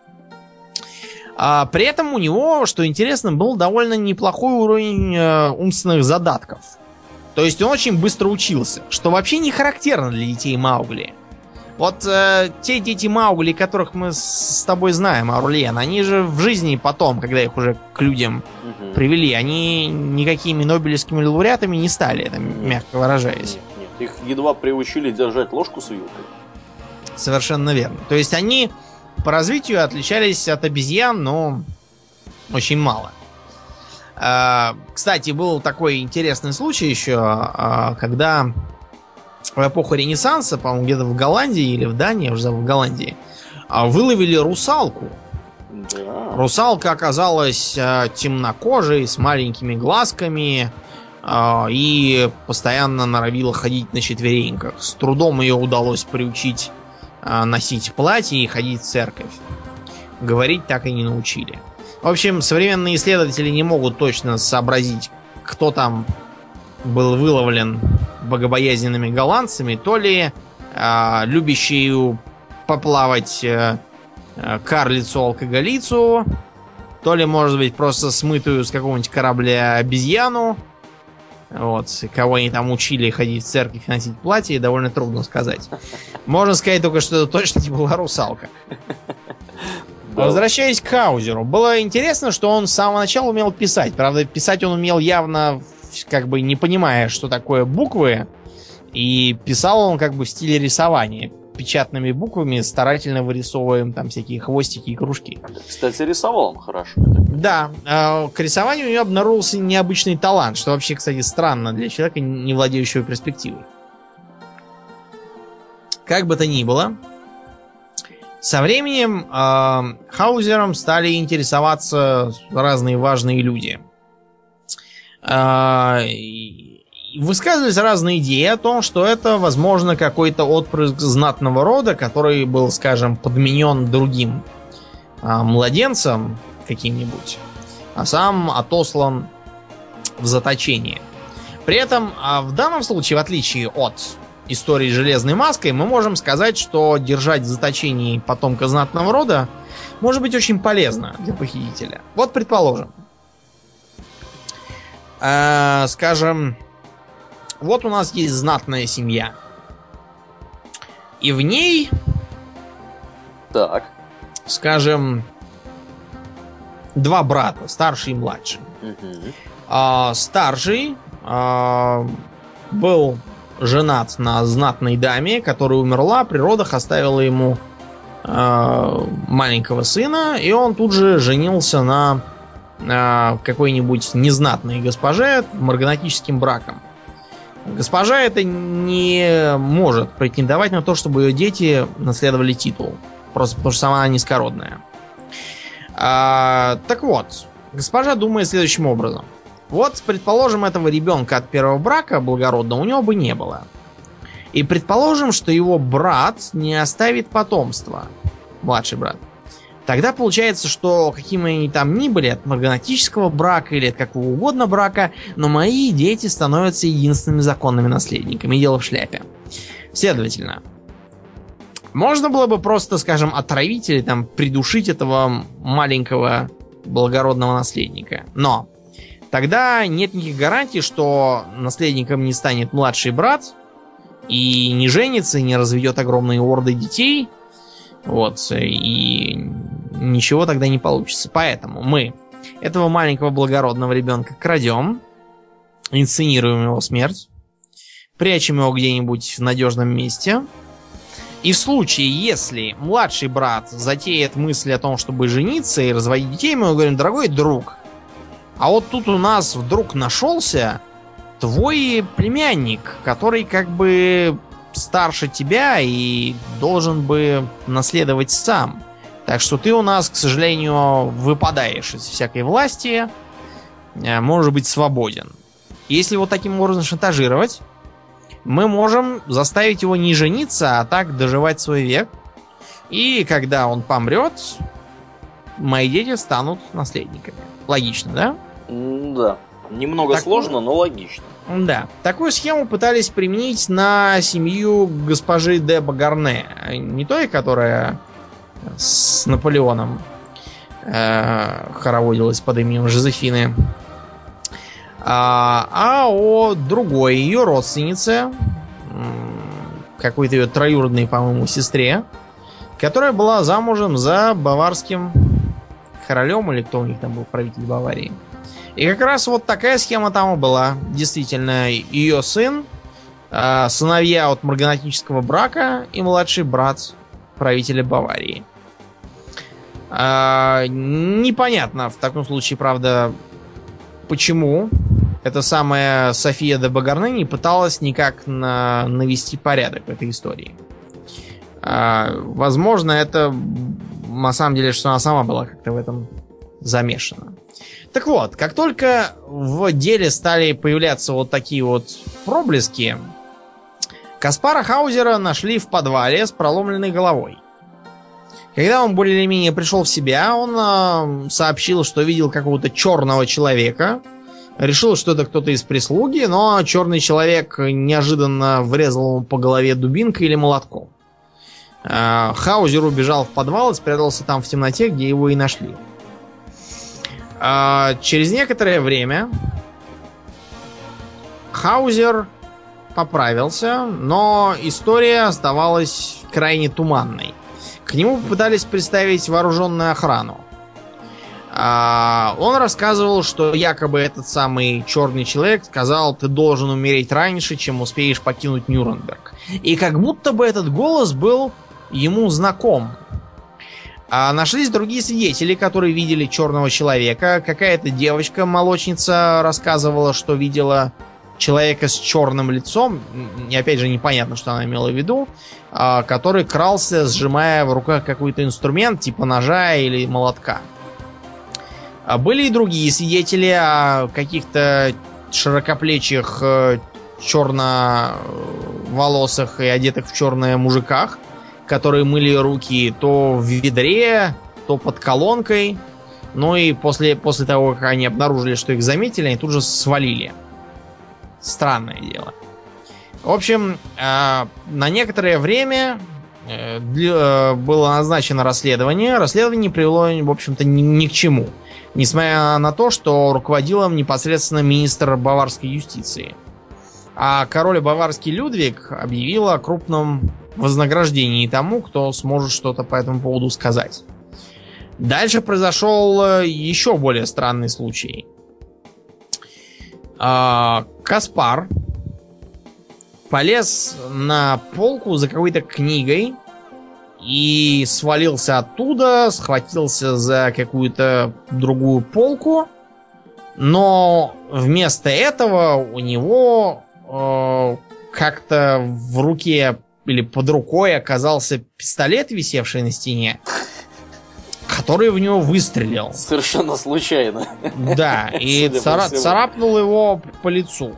При этом у него, что интересно, был довольно неплохой уровень умственных задатков. То есть он очень быстро учился, что вообще не характерно для детей Маугли. Вот те дети Маугли, которых мы с тобой знаем, Аурлиен, они же в жизни потом, когда их уже к людям привели, они никакими нобелевскими лауреатами не стали, это мягко выражаясь.
Нет. Их едва приучили держать ложку с вилкой.
Совершенно верно. То есть они по развитию отличались от обезьян, но очень мало. Кстати, был такой интересный случай еще, когда в эпоху Ренессанса, по-моему, где-то в Голландии или в Дании, я уже забыл, в Голландии, выловили русалку. Да. Русалка оказалась темнокожей, с маленькими глазками, и постоянно норовила ходить на четвереньках. С трудом ее удалось приучить носить платье и ходить в церковь. Говорить так и не научили. В общем, современные исследователи не могут точно сообразить, кто там был выловлен богобоязненными голландцами, то ли любящую поплавать карлицу-алкоголицу, то ли, может быть, просто смытую с какого-нибудь корабля обезьяну. Вот, кого они там учили ходить в церковь и носить платье, довольно трудно сказать. Можно сказать только, что это точно не была русалка. Возвращаясь к Хаузеру, было интересно, что он с самого начала умел писать. Правда, писать он умел явно, как бы не понимая, что такое буквы. И писал он как бы в стиле рисования. Печатными буквами старательно вырисовываем там всякие хвостики и кружки.
Кстати, рисовал он хорошо.
Да, к рисованию у него обнаружился необычный талант, что вообще, кстати, странно для человека, не владеющего перспективой. Как бы то ни было, со временем Хаузером стали интересоваться разные важные люди. Высказывались разные идеи о том, что это, возможно, какой-то отпрыск знатного рода, который был, скажем, подменен другим младенцем каким-нибудь, а сам отослан в заточение. При этом, в данном случае, в отличие от истории с железной маской, мы можем сказать, что держать в заточении потомка знатного рода может быть очень полезно для похитителя. Вот, предположим, скажем, вот у нас есть знатная семья. И в ней,
так,
скажем, два брата, старший и младший. Старший был женат на знатной даме, которая умерла, при родах оставила ему маленького сына, и он тут же женился на какой-нибудь незнатной госпоже марганатическим браком. Госпожа эта не может претендовать на то, чтобы ее дети наследовали титул. Просто потому что сама она низкородная. Так вот, госпожа думает следующим образом. Вот, предположим, этого ребенка от первого брака благородного у него бы не было. И предположим, что его брат не оставит потомства. Младший брат. Тогда получается, что какими они там ни были, от марганатического брака или от какого угодно брака, но мои дети становятся единственными законными наследниками. И дело в шляпе. Следовательно, можно было бы просто, скажем, отравить или там придушить этого маленького благородного наследника. Но тогда нет никаких гарантий, что наследником не станет младший брат и не женится, и не разведет огромные орды детей. Вот, и ничего тогда не получится. Поэтому мы этого маленького благородного ребенка крадем, инсценируем его смерть, прячем его где-нибудь в надежном месте. И в случае, если младший брат затеет мысли о том, чтобы жениться и разводить детей, мы ему говорим: дорогой друг, а вот тут у нас вдруг нашелся твой племянник, который как бы старше тебя и должен бы наследовать сам. Так что ты у нас, к сожалению, выпадаешь из всякой власти, можешь быть свободен. Если его таким образом шантажировать, мы можем заставить его не жениться, а так доживать свой век. И когда он помрет, мои дети станут наследниками. Логично, да?
Да. Немного сложно, но логично.
Да. Такую схему пытались применить на семью госпожи де Багарне. Не той, которая с Наполеоном хороводилась под именем Жозефины, а о другой ее родственнице, какой-то ее троюродной, по-моему, сестре, которая была замужем за баварским королем, или кто у них там был правитель Баварии. И как раз вот такая схема там и была. Действительно, ее сын, сыновья от марганатического брака и младший брат правителя Баварии. Непонятно в таком случае, правда, почему эта самая София де Багарне не пыталась никак навести порядок в этой истории. Возможно, это на самом деле, что она сама была как-то в этом замешано. Так вот, как только в деле стали появляться вот такие вот проблески, Каспара Хаузера нашли в подвале с проломленной головой. Когда он более-менее пришел в себя, он сообщил, что видел какого-то черного человека. Решил, что это кто-то из прислуги, но черный человек неожиданно врезал ему по голове дубинкой или молотком. Хаузер убежал в подвал и спрятался там в темноте, где его и нашли. Через некоторое время Хаузер поправился, но история оставалась крайне туманной. К нему попытались приставить вооруженную охрану. Он рассказывал, что якобы этот самый черный человек сказал: ты должен умереть раньше, чем успеешь покинуть Нюрнберг. И как будто бы этот голос был ему знаком. Нашлись другие свидетели, которые видели черного человека. Какая-то девочка-молочница рассказывала, что видела человека с черным лицом, и опять же непонятно, что она имела в виду, который крался, сжимая в руках какой-то инструмент типа ножа или молотка. Были и другие свидетели о каких-то широкоплечих, черноволосых и одетых в черное мужиках, которые мыли руки то в ведре, то под колонкой. Ну и после того, как они обнаружили, что их заметили, они тут же свалили. Странное дело. В общем, на некоторое время было назначено расследование. Расследование не привело, в общем-то, ни к чему. Несмотря на то, что руководил им непосредственно министр баварской юстиции. А король баварский Людвиг объявил о крупном вознаграждении тому, кто сможет что-то по этому поводу сказать. Дальше произошел еще более странный случай. Каспар полез на полку за какой-то книгой и свалился оттуда, схватился за какую-то другую полку, но вместо этого у него как-то в руке или под рукой оказался пистолет, висевший на стене, который в него выстрелил.
Совершенно случайно.
Да, и царапнул его по лицу.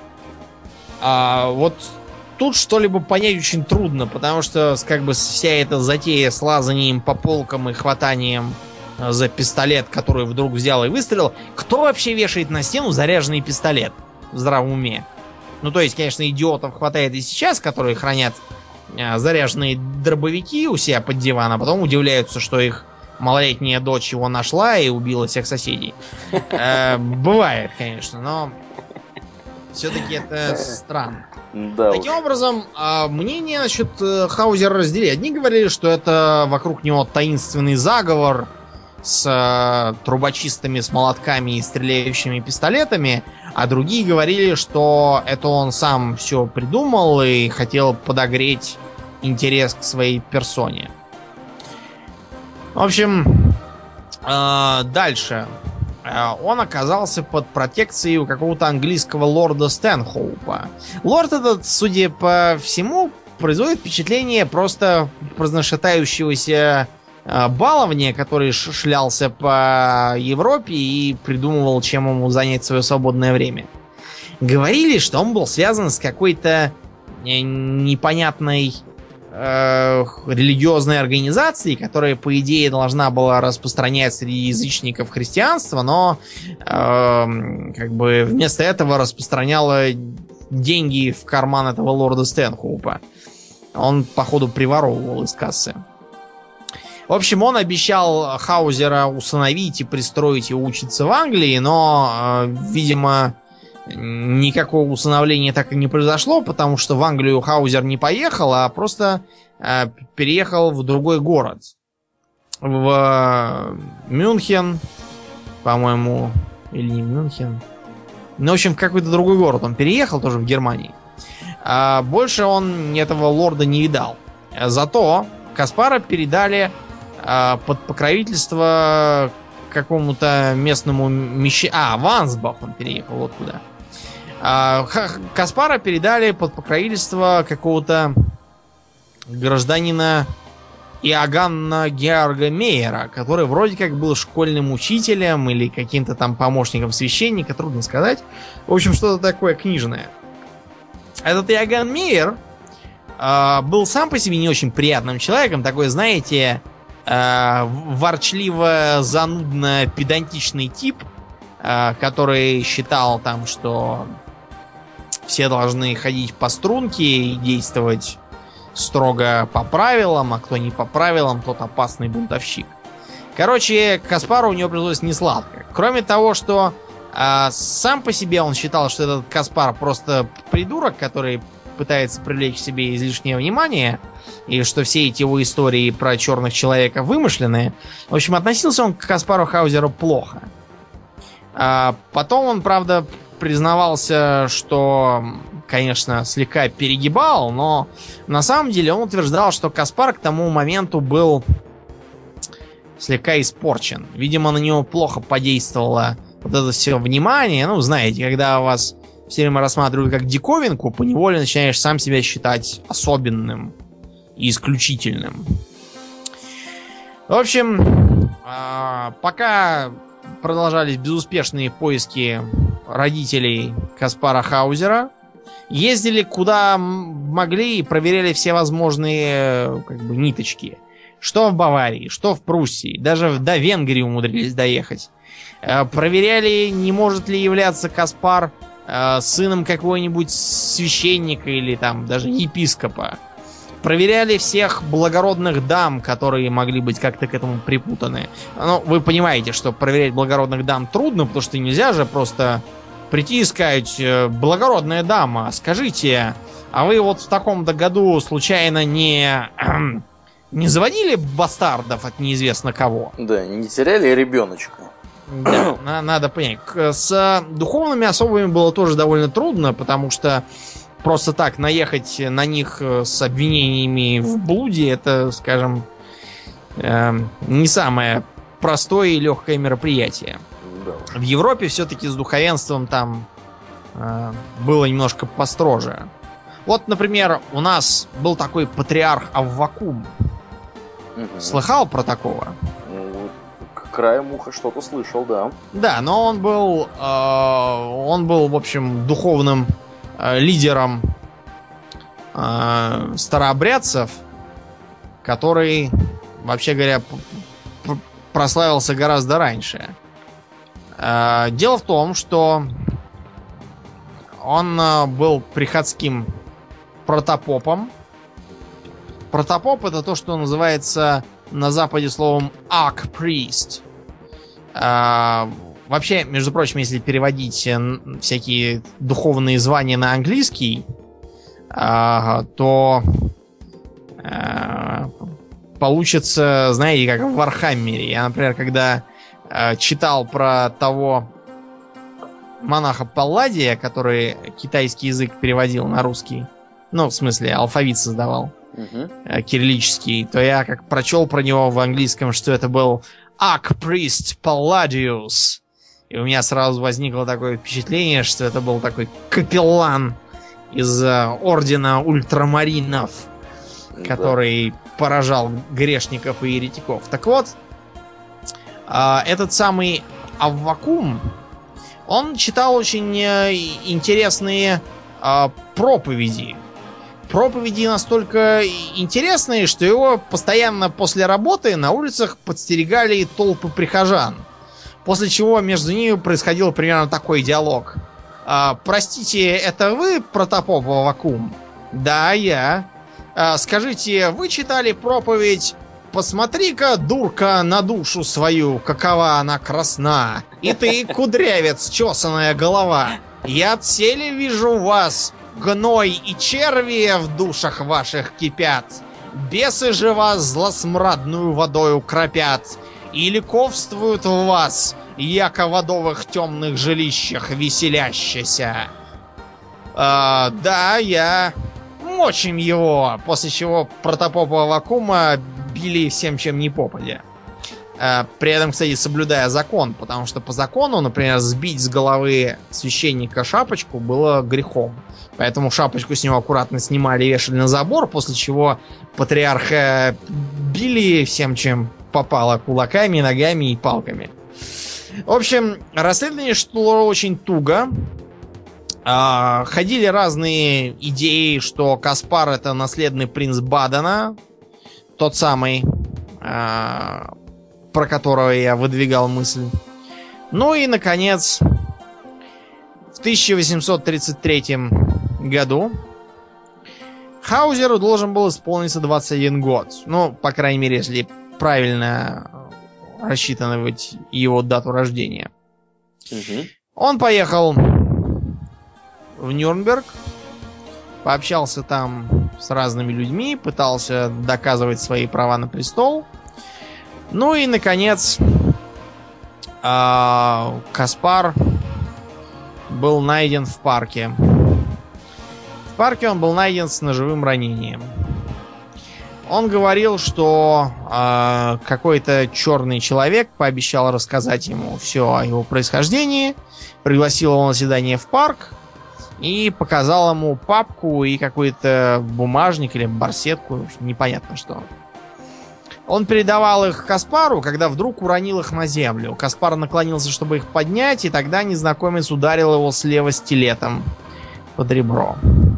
Вот тут что-либо понять очень трудно, потому что как бы вся эта затея с лазанием по полкам и хватанием за пистолет, который вдруг взял и выстрелил. Кто вообще вешает на стену заряженный пистолет в здравом уме? Ну, то есть, конечно, идиотов хватает и сейчас, которые хранят заряженные дробовики у себя под диван, а потом удивляются, что их малолетняя дочь его нашла и убила всех соседей. Бывает, конечно, но все-таки это странно.
Да.
Таким образом, мнение насчет Хаузера разделили. Одни говорили, что это вокруг него таинственный заговор с трубочистами, с молотками и стреляющими пистолетами, а другие говорили, что это он сам все придумал и хотел подогреть интерес к своей персоне. В общем, дальше. Он оказался под протекцией у какого-то английского лорда Стэнхоупа. Лорд этот, судя по всему, производит впечатление просто разношатающегося баловня, который шлялся по Европе и придумывал, чем ему занять свое свободное время. Говорили, что он был связан с какой-то непонятной религиозной организацией, которая, по идее, должна была распространять среди язычников христианство, но как бы вместо этого распространяла деньги в карман этого лорда Стэнхоупа. Он, походу, приворовывал из кассы. В общем, он обещал Хаузера усыновить и пристроить его учиться в Англии, но, видимо, никакого усыновления так и не произошло, потому что в Англию Хаузер не поехал, а просто переехал в другой город. В Мюнхен, по-моему, или не Мюнхен. Ну, в общем, в какой-то другой город он переехал, тоже в Германии. Больше он этого лорда не видал. Зато Каспара передали под покровительство какому-то местному в Ансбах он переехал, вот куда. Каспара передали под покровительство какого-то гражданина Иоганна Георга Мейера, который вроде как был школьным учителем или каким-то там помощником священника, трудно сказать. В общем, что-то такое книжное. Этот Иоганн Мейер был сам по себе не очень приятным человеком, такой, знаете, ворчливо-занудно-педантичный тип, который считал там, что все должны ходить по струнке и действовать строго по правилам, а кто не по правилам, тот опасный бунтовщик. Короче, Каспару у него пришлось несладко. Кроме того, что сам по себе он считал, что этот Каспар просто придурок, который пытается привлечь к себе излишнее внимание, и что все эти его истории про черных человеков вымышленные. В общем, относился он к Каспару Хаузеру плохо. Потом он, правда, признавался, что, конечно, слегка перегибал, но на самом деле он утверждал, что Каспар к тому моменту был слегка испорчен. Видимо, на него плохо подействовало вот это все внимание. Ну, знаете, когда вас все время рассматривают как диковинку, поневоле начинаешь сам себя считать особенным и исключительным. В общем, пока продолжались безуспешные поиски родителей Каспара Хаузера, ездили куда могли и проверяли все возможные ниточки. Что в Баварии, что в Пруссии, даже до Венгрии умудрились доехать. Проверяли, не может ли являться Каспар сыном какого-нибудь священника или там даже епископа. Проверяли всех благородных дам, которые могли быть как-то к этому припутаны. Ну, вы понимаете, что проверять благородных дам трудно, потому что нельзя же просто прийти и сказать: благородная дама, скажите, а вы вот в таком-то году случайно не заводили бастардов от неизвестно кого?
Да, не теряли ребеночка.
Да, надо понять. С духовными особами было тоже довольно трудно, потому что просто так наехать на них с обвинениями в блуде, это, скажем, не самое простое и легкое мероприятие.
Да.
В Европе все-таки с духовенством там было немножко построже. Вот, например, у нас был такой патриарх Аввакум.
Угу.
Слыхал про такого?
Краем уха что-то слышал, да. Да,
но он был, в общем, духовным лидером старообрядцев, который, вообще говоря, прославился гораздо раньше. Дело в том, что он был приходским протопопом. Протопоп — это то, что называется на Западе словом archpriest. Вообще, между прочим, если переводить всякие духовные звания на английский, то получится, знаете, как в Вархаммере. Я, например, когда читал про того монаха Палладия, который китайский язык переводил на русский, ну, в смысле, алфавит создавал, кириллический, то я как прочел про него в английском, что это был Archpriest Palladius. И у меня сразу возникло такое впечатление, что это был такой капеллан из ордена ультрамаринов, который поражал грешников и еретиков. Так вот, этот самый Аввакум, он читал очень интересные проповеди. Проповеди настолько интересные, что его постоянно после работы на улицах подстерегали толпы прихожан. После чего между ними происходил примерно такой диалог. «Простите, это вы, протопоп Аввакум?» «Да, я». «Скажите, вы читали проповедь «Посмотри-ка, дурка, на душу свою, какова она красна, и ты, кудрявец, чесаная голова, я отселе вижу вас, гной и черви в душах ваших кипят, бесы же вас злосмрадную водою кропят, и ликовствуют в вас, яко в адовых темных жилищах веселящися». «Да, я...» «Мочим его!» После чего протопопа Аввакума били всем, чем не попадя. При этом, кстати, соблюдая закон, потому что по закону, например, сбить с головы священника шапочку было грехом. Поэтому шапочку с него аккуратно снимали и вешали на забор, после чего патриарх били всем, чем попало, кулаками, ногами и палками. В общем, расследование шло очень туго. Ходили разные идеи, что Каспар это наследный принц Бадена, тот самый, про которого я выдвигал мысль. Ну и, наконец, в 1833 году Хаузеру должен был исполниться 21 год. Ну, по крайней мере, если правильно рассчитывать его дату рождения.
Угу.
Он поехал в Нюрнберг, пообщался там с разными людьми, пытался доказывать свои права на престол. Ну и, наконец, Каспар был найден в парке. В парке он был найден с ножевым ранением. Он говорил, что какой-то черный человек пообещал рассказать ему все о его происхождении, пригласил его на свидание в парк и показал ему папку и какой-то бумажник или барсетку, непонятно что. Он передавал их Каспару, когда вдруг уронил их на землю. Каспар наклонился, чтобы их поднять, и тогда незнакомец ударил его слева стилетом под ребро.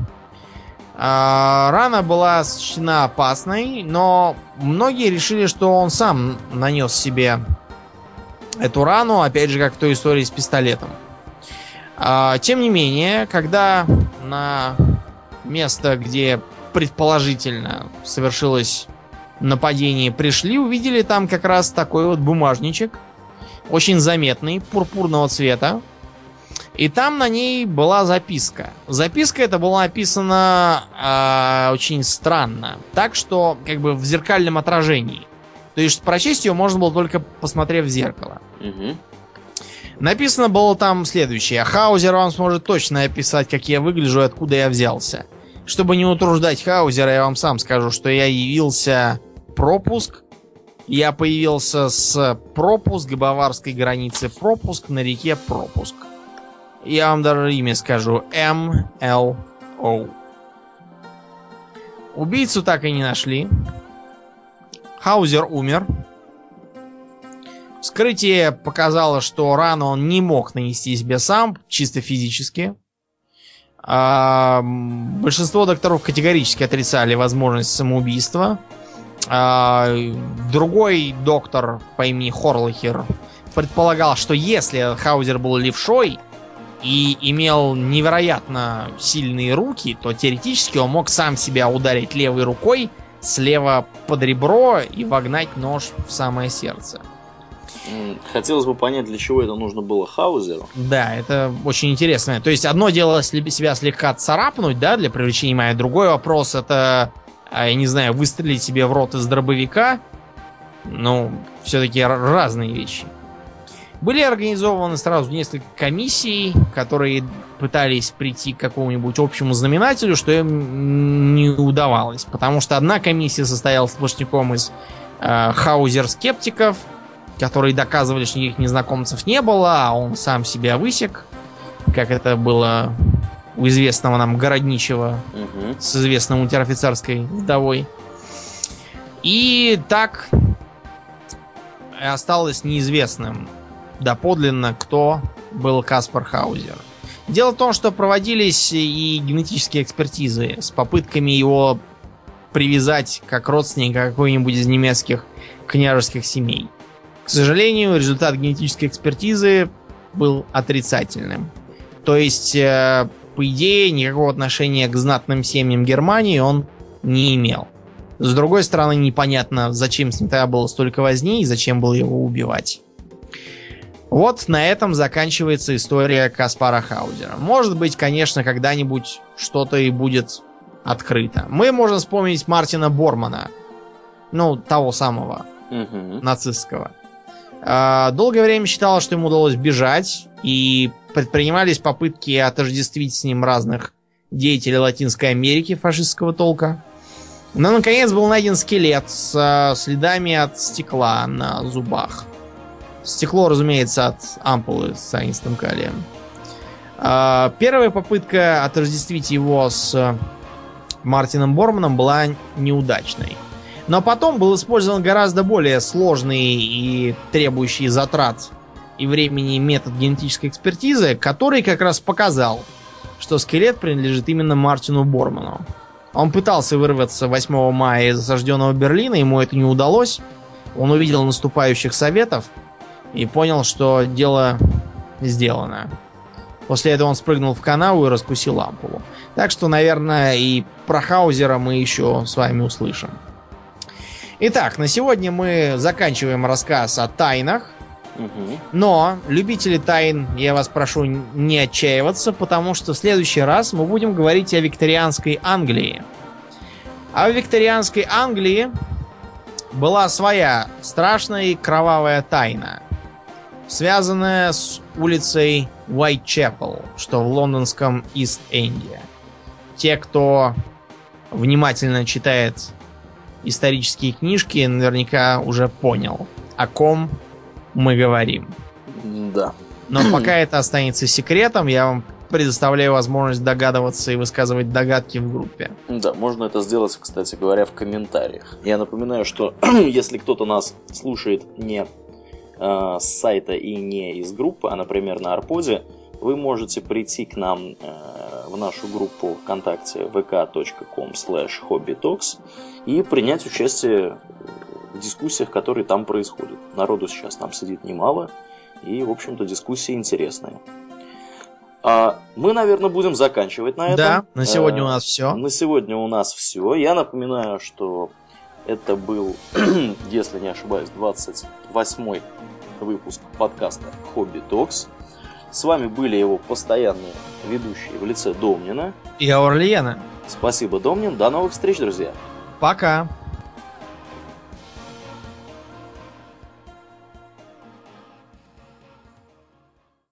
Рана была сочтена опасной, но многие решили, что он сам нанес себе эту рану, опять же, как в той истории с пистолетом. Тем не менее, когда на место, где предположительно совершилось нападение, пришли, увидели там как раз такой вот бумажничек, очень заметный, пурпурного цвета. И там на ней была записка. Записка эта была написана очень странно. Так что, как бы в зеркальном отражении. То есть, прочесть ее можно было только посмотрев в зеркало.
Угу.
Написано было там следующее. Хаузер вам сможет точно описать, как я выгляжу и откуда я взялся. Чтобы не утруждать Хаузера, я вам сам скажу, что я явился пропуск. Я появился с пропуск баварской границы пропуск на реке пропуск. Я вам даже имя скажу. МЛО. Убийцу так и не нашли. Хаузер умер. Вскрытие показало, что рану он не мог нанести себе сам, чисто физически. Большинство докторов категорически отрицали возможность самоубийства. Другой доктор по имени Хорлахер предполагал, что если Хаузер был левшой и имел невероятно сильные руки, то теоретически он мог сам себя ударить левой рукой слева под ребро и вогнать нож в самое сердце.
Хотелось бы понять, для чего это нужно было Хаузеру.
Да, это очень интересно. То есть одно дело себя слегка царапнуть, да, для привлечения внимания. Другой вопрос это, я не знаю, выстрелить себе в рот из дробовика. Ну, все-таки разные вещи. Были организованы сразу несколько комиссий, которые пытались прийти к какому-нибудь общему знаменателю, что им не удавалось. Потому что одна комиссия состояла сплошняком из хаузер-скептиков, которые доказывали, что никаких незнакомцев не было, а он сам себя высек, как это было у известного нам городничего с известной унтер-офицерской вдовой. И так осталось неизвестным доподлинно, кто был Каспар Хаузер. Дело в том, что проводились и генетические экспертизы с попытками его привязать как родственника какой-нибудь из немецких княжеских семей. К сожалению, результат генетической экспертизы был отрицательным. То есть, по идее, никакого отношения к знатным семьям Германии он не имел. С другой стороны, непонятно, зачем с ним тогда было столько возни и зачем было его убивать. Вот на этом заканчивается история Каспара Хаузера. Может быть, конечно, когда-нибудь что-то и будет открыто. Мы можем вспомнить Мартина Бормана. Ну, того самого нацистского. Долгое время считалось, что ему удалось бежать, и предпринимались попытки отождествить с ним разных деятелей Латинской Америки фашистского толка. Но, наконец, был найден скелет с следами от стекла на зубах. Стекло, разумеется, от ампулы с цианистым калием. Первая попытка отождествить его с Мартином Борманом была неудачной. Но потом был использован гораздо более сложный и требующий затрат и времени метод генетической экспертизы, который как раз показал, что скелет принадлежит именно Мартину Борману. Он пытался вырваться 8 мая из осажденного Берлина, ему это не удалось. Он увидел наступающих советов и понял, что дело сделано. После этого он спрыгнул в канаву и раскусил ампулу. Так что, наверное, и про Хаузера мы еще с вами услышим. Итак, на сегодня мы заканчиваем рассказ о тайнах. Но, любители тайн, я вас прошу не отчаиваться, потому что в следующий раз мы будем говорить о викторианской Англии. А в викторианской Англии была своя страшная и кровавая тайна, связанная с улицей Уайтчепел, что в лондонском Ист-Энде. Те, кто внимательно читает исторические книжки, наверняка уже понял, о ком мы говорим.
Да.
Но пока это останется секретом, я вам предоставляю возможность догадываться и высказывать догадки в группе.
Да, можно это сделать, кстати говоря, в комментариях. Я напоминаю, что если кто-то нас слушает не с сайта и не из группы, а, например, на Арподе, вы можете прийти к нам в нашу группу ВКонтакте vk.com/hobbytalks и принять участие в дискуссиях, которые там происходят. Народу сейчас там сидит немало, и, в общем-то, дискуссии интересные. Мы, наверное, будем заканчивать на этом.
Да, на сегодня у нас все.
На сегодня у нас все. Я напоминаю, что это был, если не ошибаюсь, 28-й выпуск подкаста Hobby Talks. С вами были его постоянные ведущие в лице Домнина
И Аурлиена.
Спасибо, Домнин. До новых встреч, друзья.
Пока.